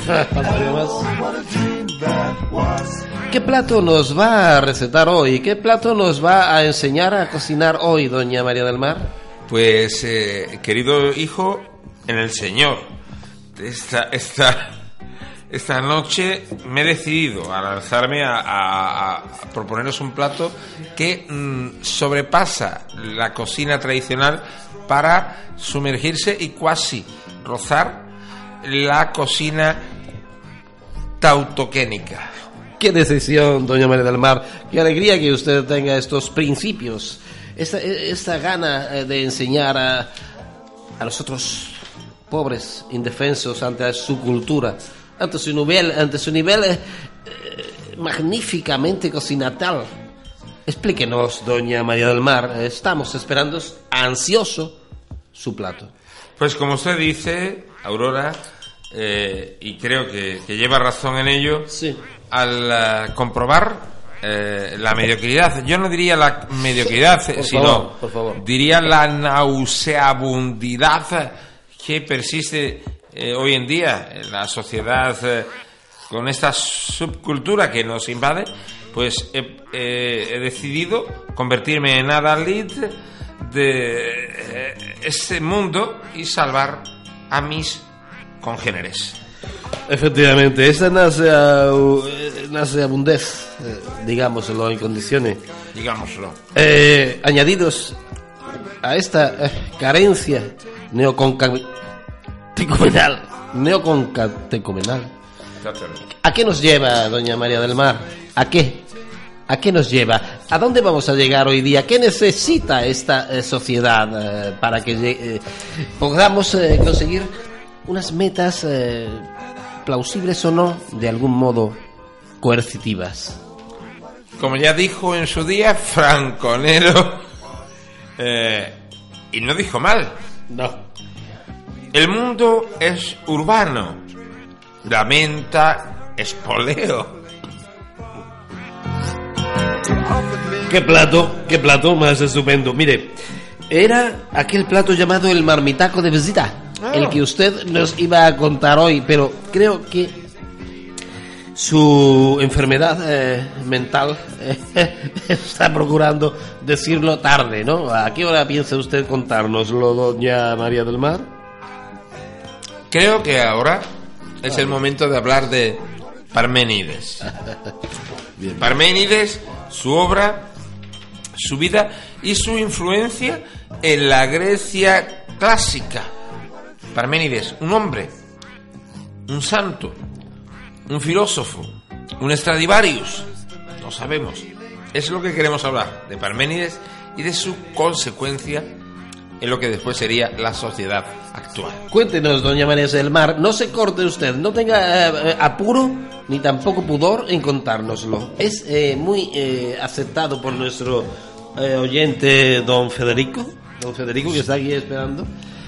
¿Qué plato nos va a recetar hoy? ¿Qué plato nos va a enseñar a cocinar hoy, doña María del Mar? Pues, querido hijo, en el Señor, esta noche me he decidido a lanzarme a proponeros un plato que sobrepasa la cocina tradicional para sumergirse y casi rozar la cocina tautoquénica. Qué decisión, doña María del Mar. Qué alegría que usted tenga estos principios, esta gana de enseñar a los otros pobres, indefensos ante su cultura, ante su nivel magníficamente cocinatal. Explíquenos, doña María del Mar, estamos esperando ansioso su plato. Pues como usted dice, Aurora, y creo que lleva razón en ello, sí. Al comprobar la mediocridad, yo no diría la mediocridad, sino por favor. diría la nauseabundidad que persiste hoy en día en la sociedad con esta subcultura que nos invade, pues he decidido convertirme en adalid de ese mundo y salvar a mis congéneres. Efectivamente, esta nauseabundez, digámoslo en condiciones, digámoslo, añadidos a esta carencia neoconcatecumenal. ¿A qué nos lleva, doña María del Mar? ¿A qué nos lleva? ¿A dónde vamos a llegar hoy día? ¿Qué necesita esta sociedad para que podamos conseguir unas metas plausibles o no, de algún modo coercitivas? Como ya dijo en su día Franco Nero, y no dijo mal. No. El mundo es urbano, la menta es poleo. Qué plato más estupendo. Mire, era aquel plato llamado el marmitaco de visita, el que usted nos iba a contar hoy, pero creo que su enfermedad mental está procurando decirlo tarde, ¿no? ¿A qué hora piensa usted contárnoslo, doña María del Mar? Creo que ahora es el momento de hablar de Parménides. Bien. Parménides, su obra, su vida y su influencia en la Grecia clásica. Parménides, un hombre, un santo, un filósofo, un Stradivarius, no sabemos. Es lo que queremos hablar, de Parménides y de su consecuencia en lo que después sería la sociedad actual. Cuéntenos, doña María del Mar, no se corte usted, no tenga apuro ni tampoco pudor en contárnoslo. Es muy aceptado por nuestro oyente don Federico, que está aquí esperando.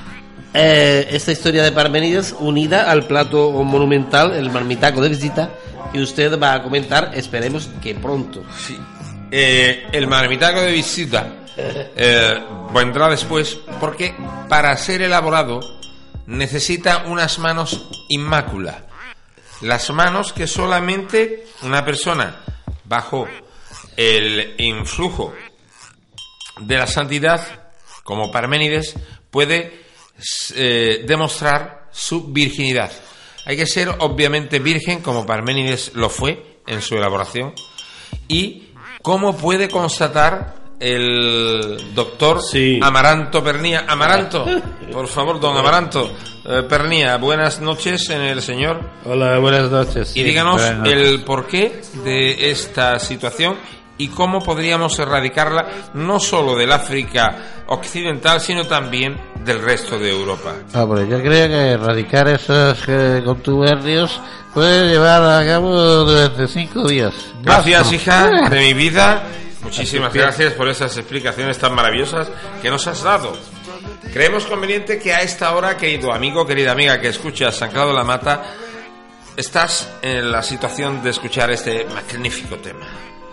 Esta historia de Parménides unida al plato monumental, el marmitaco de visita, que usted va a comentar, esperemos que pronto. Sí. El marmitaco de visita vendrá después, porque para ser elaborado necesita unas manos inmáculas, las manos que solamente una persona bajo el influjo de la santidad, como Parménides, puede demostrar su virginidad. Hay que ser obviamente virgen, como Parménides lo fue en su elaboración, y como puede constatar el doctor Amaranto Pernía. Amaranto, por favor, don Amaranto Pernía, buenas noches en el señor. Hola, buenas noches. Y díganos el porqué de esta situación y cómo podríamos erradicarla, no solo del África occidental, sino también del resto de Europa. Hombre, yo creo que erradicar esos contubernios puede llevar a cabo durante 5 días. Gracias, hija de mi vida. Muchísimas gracias por esas explicaciones tan maravillosas que nos has dado. Creemos conveniente que a esta hora, querido amigo, querida amiga que escuchas San Claudio la Mata, estás en la situación de escuchar este magnífico tema.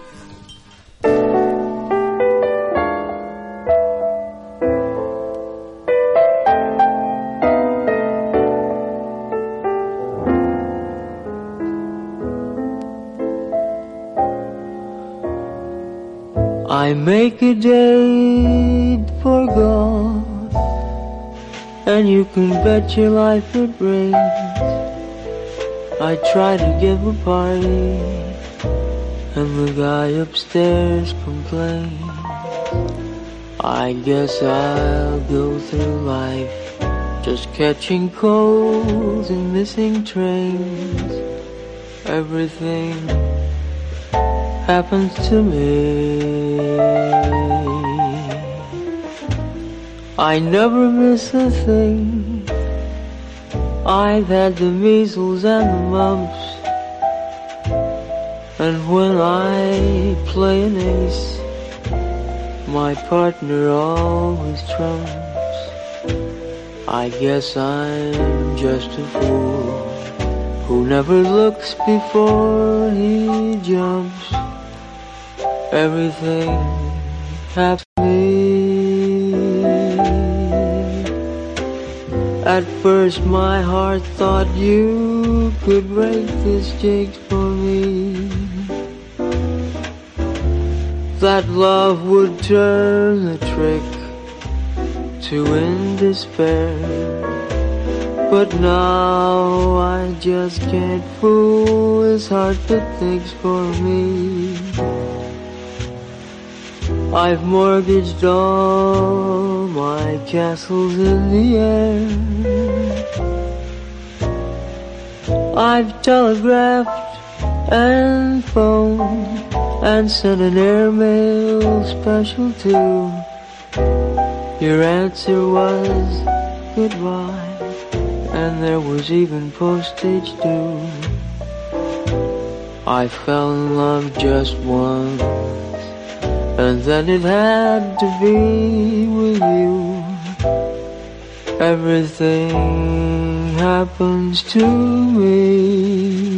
I make a date for God, and you can bet your life it rains. I tried to give a party, and the guy upstairs complained. I guess I'll go through life just catching colds and missing trains. Everything happens to me. I never miss a thing. I've had the measles and the mumps, and when I play an ace, my partner always trumps. I guess I'm just a fool who never looks before he jumps. Everything happens to me. At first my heart thought you could break this jinx for me, that love would turn the trick to end despair. But now I just can't fool his heart that thinks for me. I've mortgaged all my castles in the air. I've telegraphed and phoned and sent an airmail special too. Your answer was goodbye, and there was even postage due. I fell in love just once, and then it had to be with you. Everything happens to me.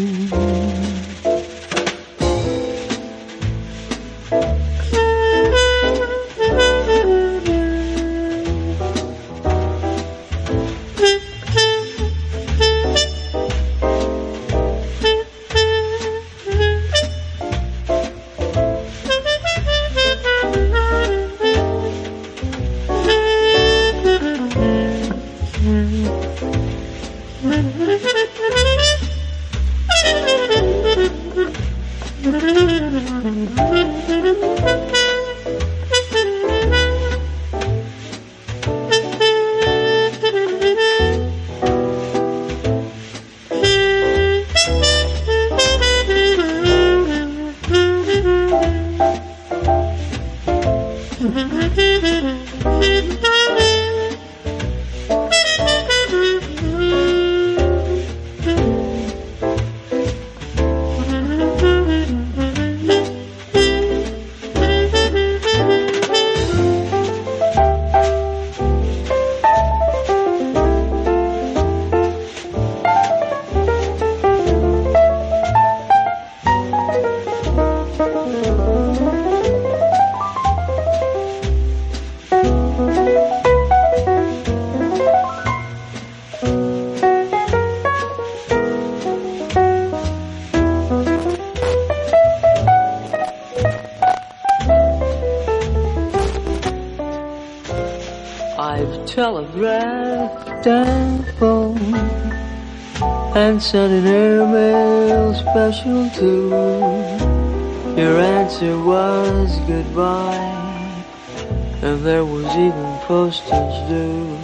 Telegraphed and phoned and sent an airmail special too. Your answer was goodbye, and there was even postage due.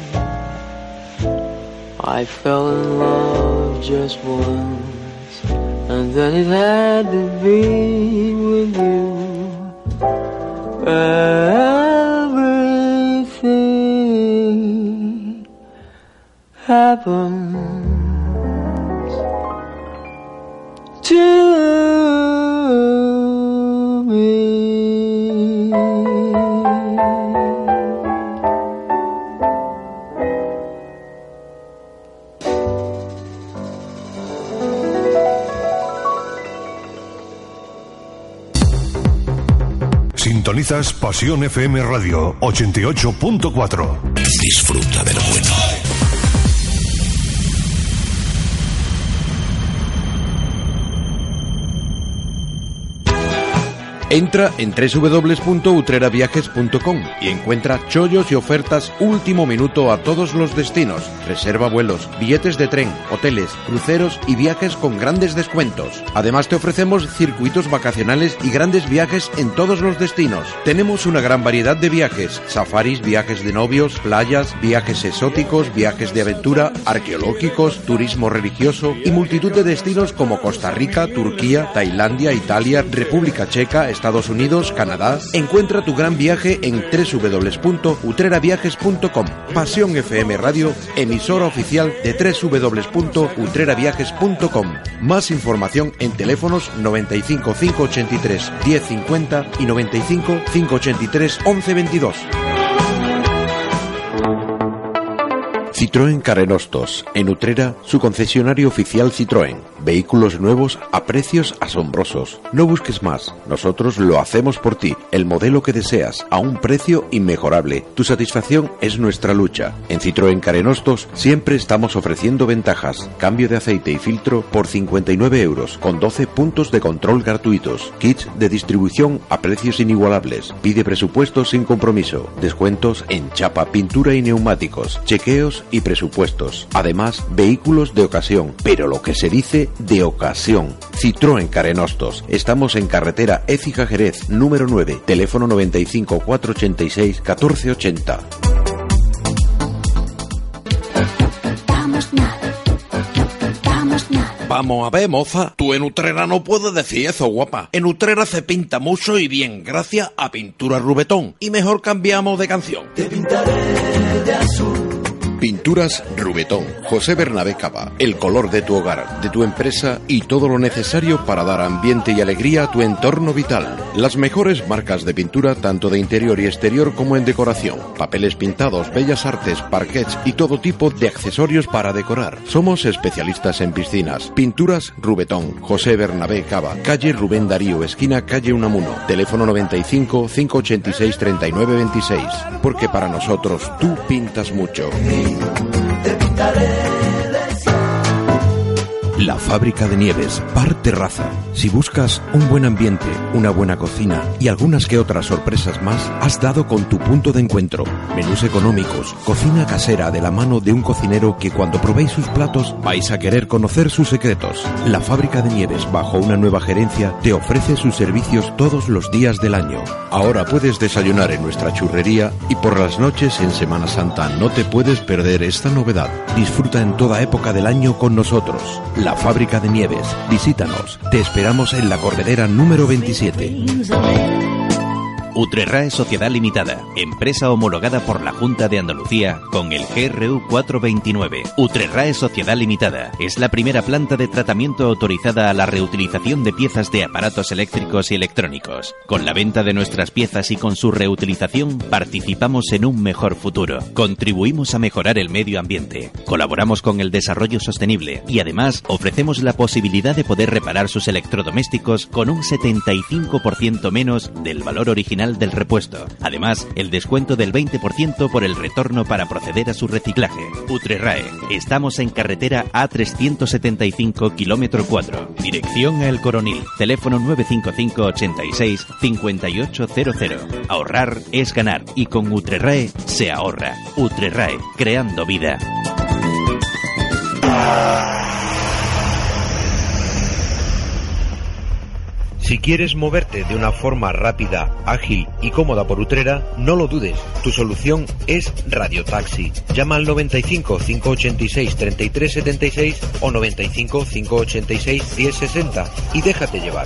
I fell in love just once, and then it had to be with you. Everything happens to me. Sintonizas Pasión FM Radio 88.4. Disfruta de lo bueno. Entra en www.utreraviajes.com y encuentra chollos y ofertas último minuto a todos los destinos. Reserva vuelos, billetes de tren, hoteles, cruceros y viajes con grandes descuentos. Además te ofrecemos circuitos vacacionales y grandes viajes en todos los destinos. Tenemos una gran variedad de viajes: safaris, viajes de novios, playas, viajes exóticos, viajes de aventura, arqueológicos, turismo religioso y multitud de destinos como Costa Rica, Turquía, Tailandia, Italia, República Checa, Estados Unidos, Canadá. Encuentra tu gran viaje en www.utreraviajes.com. Pasión FM Radio, emisora oficial de www.utreraviajes.com. Más información en teléfonos 95 583 1050 y 95 583 1122. Citroën Carenostos, en Utrera, su concesionario oficial Citroën. Vehículos nuevos a precios asombrosos. No busques más, nosotros lo hacemos por ti. El modelo que deseas, a un precio inmejorable. Tu satisfacción es nuestra lucha. En Citroën Carenostos siempre estamos ofreciendo ventajas. Cambio de aceite y filtro por 59 euros, con 12 puntos de control gratuitos. Kits de distribución a precios inigualables. Pide presupuestos sin compromiso. Descuentos en chapa, pintura y neumáticos. Chequeos y presupuestos. Además, vehículos de ocasión, pero lo que se dice de ocasión. Citroën Carenostos. Estamos en carretera Écija-Jerez, número 9, teléfono 95 486 1480. Vamos a ver, moza, tú en Utrera no puedes decir eso, guapa. En Utrera se pinta mucho y bien, gracias a Pintura Rubetón. Y mejor cambiamos de canción. Te pintaré de azul. Pinturas Rubetón, José Bernabé Cava. El color de tu hogar, de tu empresa y todo lo necesario para dar ambiente y alegría a tu entorno vital. Las mejores marcas de pintura, tanto de interior y exterior como en decoración. Papeles pintados, bellas artes, parquets y todo tipo de accesorios para decorar. Somos especialistas en piscinas. Pinturas Rubetón, José Bernabé Cava. Calle Rubén Darío, esquina calle Unamuno. Teléfono 95 586 3926. Porque para nosotros tú pintas mucho. Te pintaré de sol. La Fábrica de Nieves, Bar Terraza. Si buscas un buen ambiente, una buena cocina y algunas que otras sorpresas más, has dado con tu punto de encuentro. Menús económicos, cocina casera de la mano de un cocinero que cuando probéis sus platos vais a querer conocer sus secretos. La Fábrica de Nieves, bajo una nueva gerencia, te ofrece sus servicios todos los días del año. Ahora puedes desayunar en nuestra churrería y por las noches en Semana Santa no te puedes perder esta novedad. Disfruta en toda época del año con nosotros. La Fábrica de Nieves. Visítanos. Te esperamos en la Corredera número 27. Utrerae Sociedad Limitada, empresa homologada por la Junta de Andalucía con el GRU 429. Utrerae Sociedad Limitada es la primera planta de tratamiento autorizada a la reutilización de piezas de aparatos eléctricos y electrónicos. Con la venta de nuestras piezas y con su reutilización, participamos en un mejor futuro. Contribuimos a mejorar el medio ambiente, colaboramos con el desarrollo sostenible y además ofrecemos la posibilidad de poder reparar sus electrodomésticos con un 75% menos del valor original del repuesto. Además, el descuento del 20% por el retorno para proceder a su reciclaje. Utrerae. Estamos en carretera A375 kilómetro 4. Dirección a El Coronil. Teléfono 955 86 5800. Ahorrar es ganar y con Utrerae se ahorra. Utrerae. Creando vida. Si quieres moverte de una forma rápida, ágil y cómoda por Utrera, no lo dudes. Tu solución es Radiotaxi. Llama al 95 586 3376 o 95 586 1060 y déjate llevar.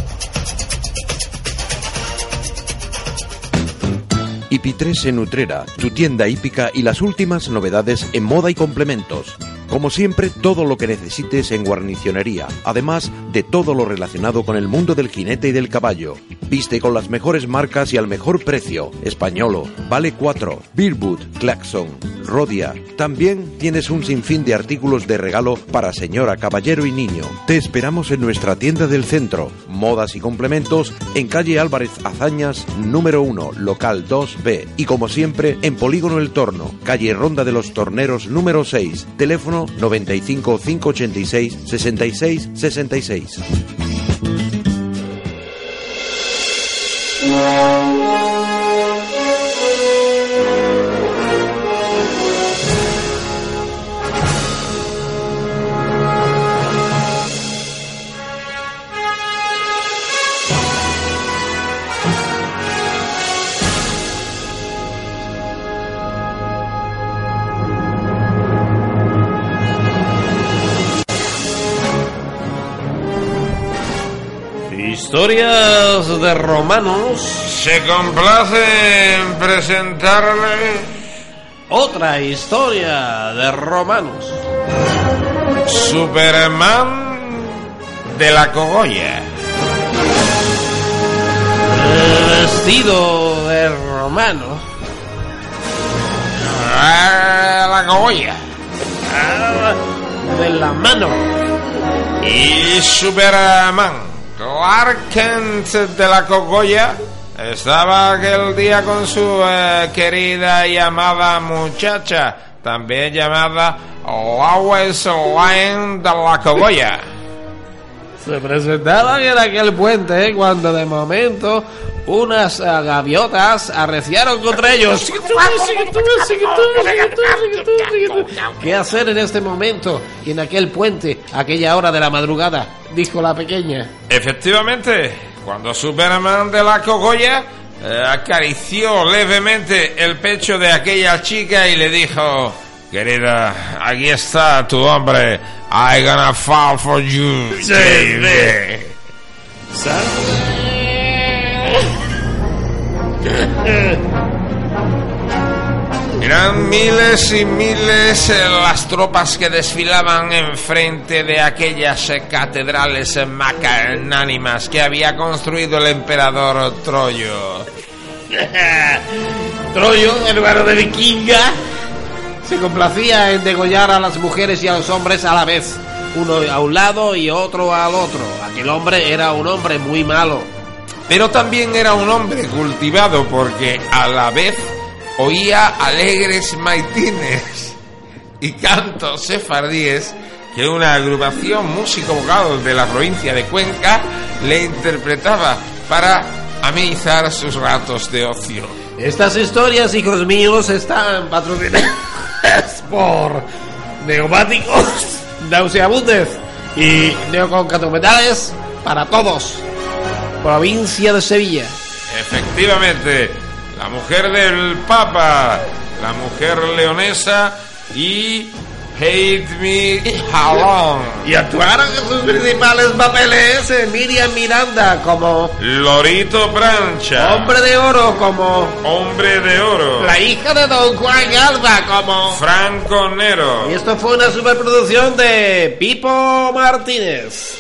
Hipi3 en Utrera, tu tienda hípica y las últimas novedades en moda y complementos. Como siempre, todo lo que necesites en guarnicionería, además de todo lo relacionado con el mundo del jinete y del caballo. Viste con las mejores marcas y al mejor precio. Españolo, Vale 4, Beerwood, Claxon, Rodia. También tienes un sinfín de artículos de regalo para señora, caballero y niño. Te esperamos en nuestra tienda del centro, Modas y Complementos, en calle Álvarez Azañas, número 1, local 2B. Y como siempre, en Polígono El Torno, calle Ronda de los Torneros, número 6, teléfono 95 586 66 66. Historias de romanos. Se complace en presentarle otra historia de romanos. Superman de la Cogolla. Vestido de romano. La Cogolla. De la mano. Y Superman, Clark Kent de la Cogolla, estaba aquel día con su querida y amada muchacha, también llamada Lois Lane de la Cogolla. Se presentaban en aquel puente cuando de momento unas gaviotas arreciaron contra ellos. ¿Qué hacer en este momento y en aquel puente, aquella hora de la madrugada?, dijo la pequeña. Efectivamente, cuando Superman de la Cogolla acarició levemente el pecho de aquella chica y le dijo: querida, aquí está tu hombre. I gonna fall for you, baby. Eran miles y miles las tropas que desfilaban enfrente de aquellas catedrales magnánimas que había construido el emperador Troyo. Troyo, hermano de Vikinga, se complacía en degollar a las mujeres y a los hombres a la vez, uno a un lado y otro al otro. Aquel hombre era un hombre muy malo, pero también era un hombre cultivado, porque a la vez oía alegres maitines y cantos sefardíes que una agrupación músico-vocal de la provincia de Cuenca le interpretaba para amenizar sus ratos de ocio. Estas historias, hijos míos, están patrocinadas por neumáticos nauseabundes y neoconcatemetales para todos. Provincia de Sevilla. Efectivamente, la mujer del Papa, la mujer leonesa y Hate Me How Long. Y actuaron en sus principales papeles Miriam Miranda como Lorito Brancha, Hombre de Oro como Hombre de Oro, la hija de Don Juan Alba como Franco Nero. Y esto fue una superproducción de Pipo Martínez.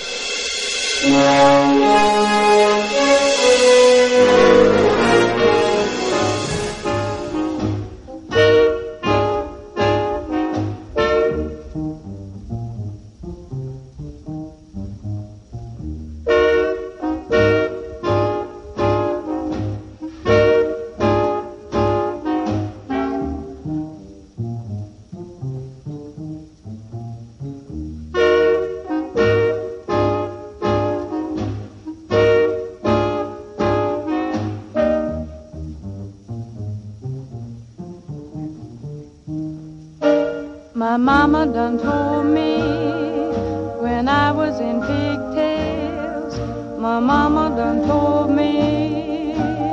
My mama done told me when I was in pigtails. My mama done told me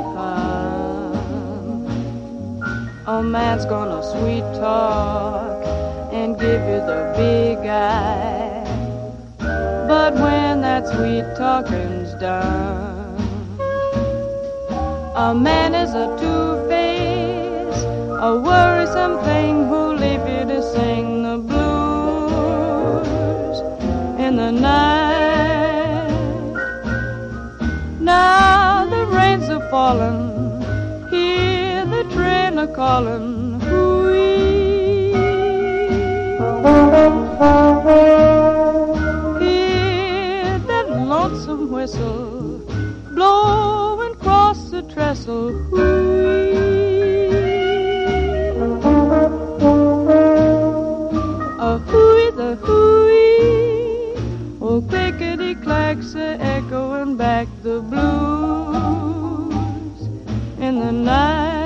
a man's gonna sweet talk and give you the big eye. But when that sweet talking's done, a man is a two-faced, a worrisome thing who'll leave you to sing the blues in the night. Now the rains are falling, hear the train a calling, hoo-wee. Hear that lonesome whistle blowing across the trestle, hoo-wee. A hooey, the hooey, oh clickety-clacks are echoing back the blues in the night.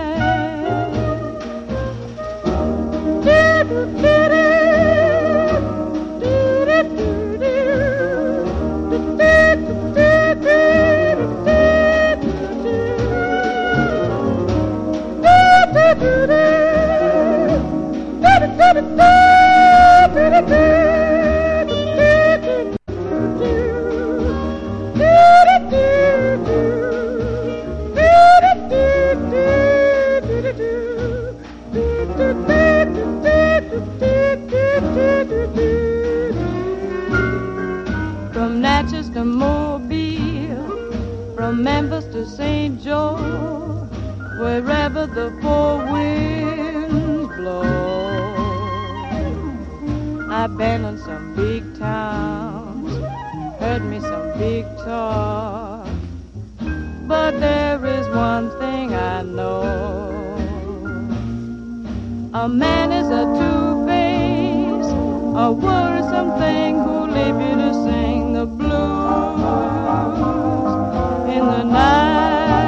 the four winds blow. I've been in some big towns, heard me some big talk, but there is one thing I know. A man is a two-faced, a worrisome thing who leave you to sing the blues in the night.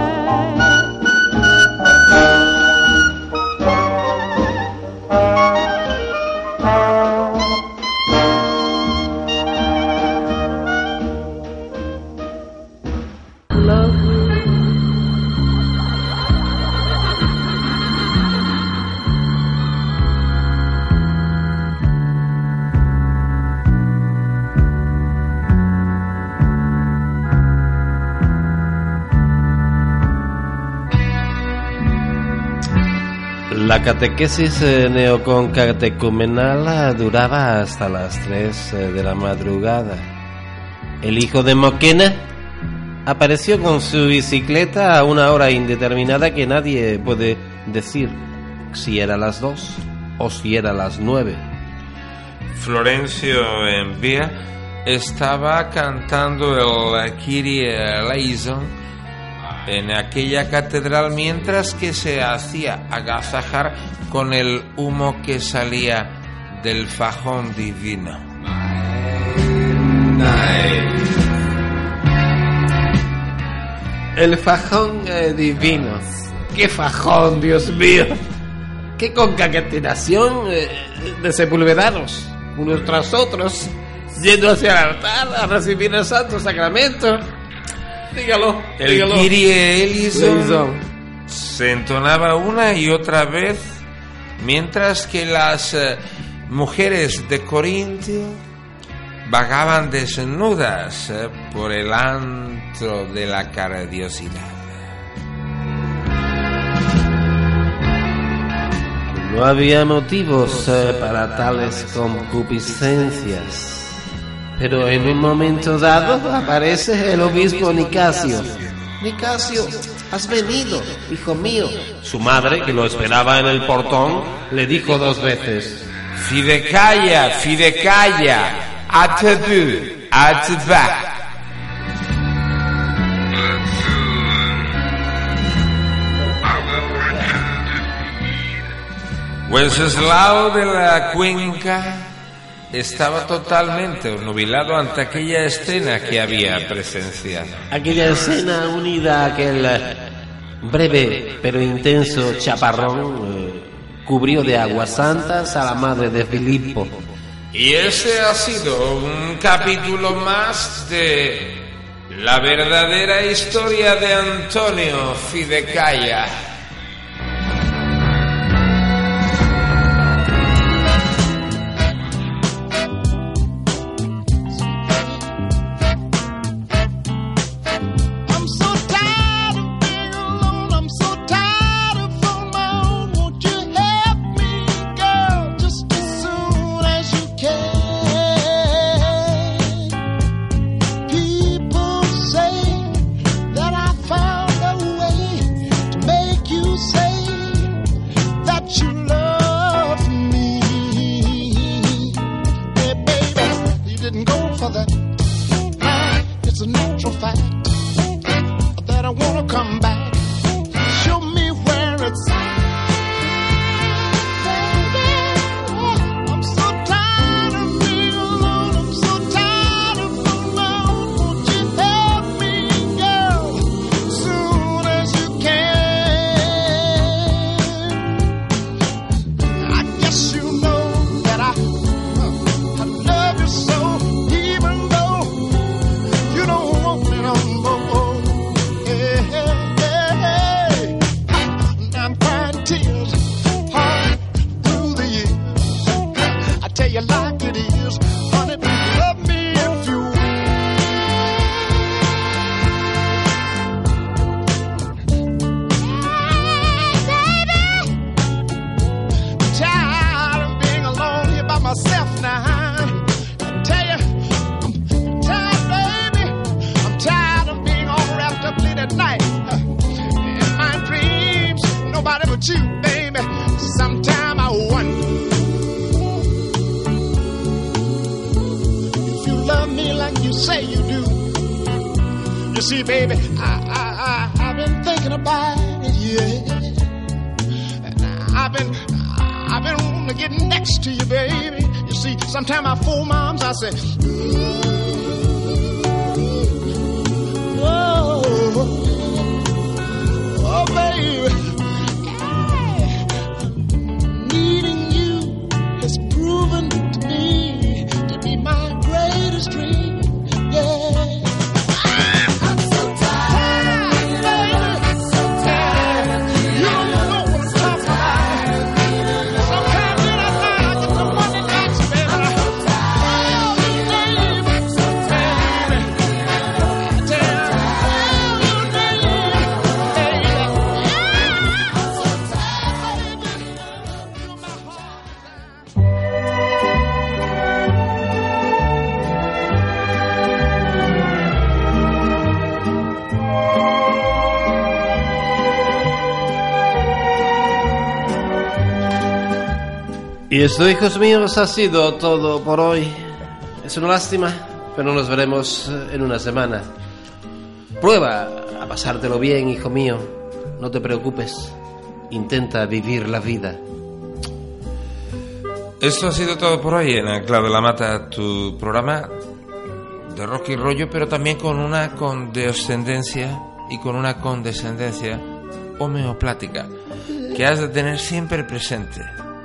La catequesis neoconcatecumenal duraba hasta las 3 de la madrugada. El hijo de Moquena apareció con su bicicleta a una hora indeterminada que nadie puede decir si era las 2 o si era las 9. Florencio Envía estaba cantando el Kyrie eleison en aquella catedral mientras que se hacía agasajar con el humo que salía del fajón divino. El fajón divino. ¡Qué fajón, Dios mío! ¡Qué concatenación de sepulvedanos, unos tras otros, yendo hacia el altar a recibir el Santo Sacramento! Dígalo. El Kyrie eleison se entonaba una y otra vez, mientras que las mujeres de Corintio vagaban desnudas por el antro de la cardiosidad. No había motivos para tales concupiscencias. Pero en un momento dado aparece el obispo Nicasio. Nicasio, has venido, hijo mío. Su madre, que lo esperaba en el portón, le dijo 2 veces: Fidecaya, Fidecaya, atadu, atba. Wenceslao de la Cuenca estaba totalmente obnubilado ante aquella escena que había presenciado. Aquella escena unida a aquel breve pero intenso chaparrón cubrió de aguas santas a la madre de Filipo. Y ese ha sido un capítulo más de la verdadera historia de Antonio Fidecaya. Make you, baby, sometime I wonder if you love me like you say you do. You see, baby, I've been thinking about it, yeah. And I've been wanting to get next to you, baby. You see, sometimes I fool my arms, I say, oh, baby, needing you has proven to me to be my greatest dream, yeah. Y esto, hijos míos, ha sido todo por hoy. Es una lástima, pero nos veremos en una semana. Prueba a pasártelo bien, hijo mío. No te preocupes. Intenta vivir la vida. Esto ha sido todo por hoy en Anclado de la Mata, tu programa de rock y rollo, pero también con una condescendencia y con una condescendencia homeopática que has de tener siempre presente.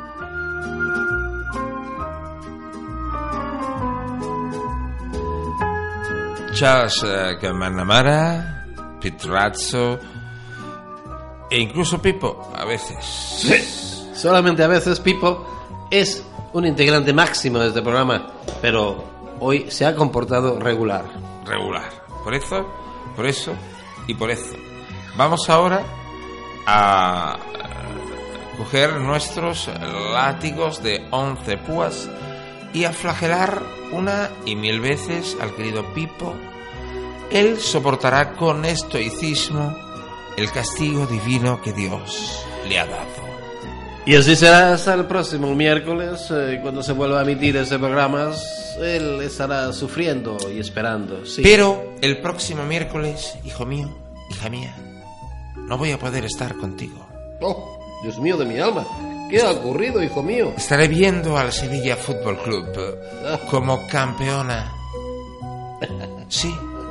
Charles McNamara, Pete Razzo e incluso Pipo, a veces. Sí, solamente a veces Pipo es un integrante máximo de este programa, pero hoy se ha comportado regular. Regular. Por eso y por eso. Vamos ahora a coger nuestros látigos de 11 púas y a flagelar una y mil veces al querido Pipo. Él soportará con estoicismo el castigo divino que Dios le ha dado. Y así será hasta el próximo miércoles, cuando se vuelva a emitir ese programa. Él estará sufriendo y esperando, sí. Pero el próximo miércoles, hijo mío, hija mía, no voy a poder estar contigo. Oh, Dios mío de mi alma. ¿Qué ha ocurrido, hijo mío? Estaré viendo al Sevilla Fútbol Club como campeona. Sí,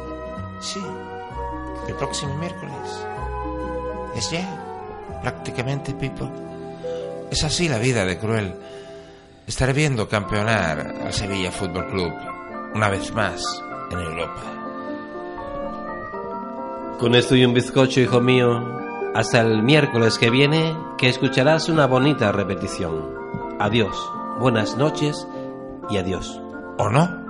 el próximo miércoles. Es ya, prácticamente, Pipo. Es así la vida de cruel. Estaré viendo campeonar al Sevilla Fútbol Club una vez más en Europa. Con esto y un bizcocho, hijo mío. Hasta el miércoles que viene, que escucharás una bonita repetición. Adiós, buenas noches y adiós. ¿O no?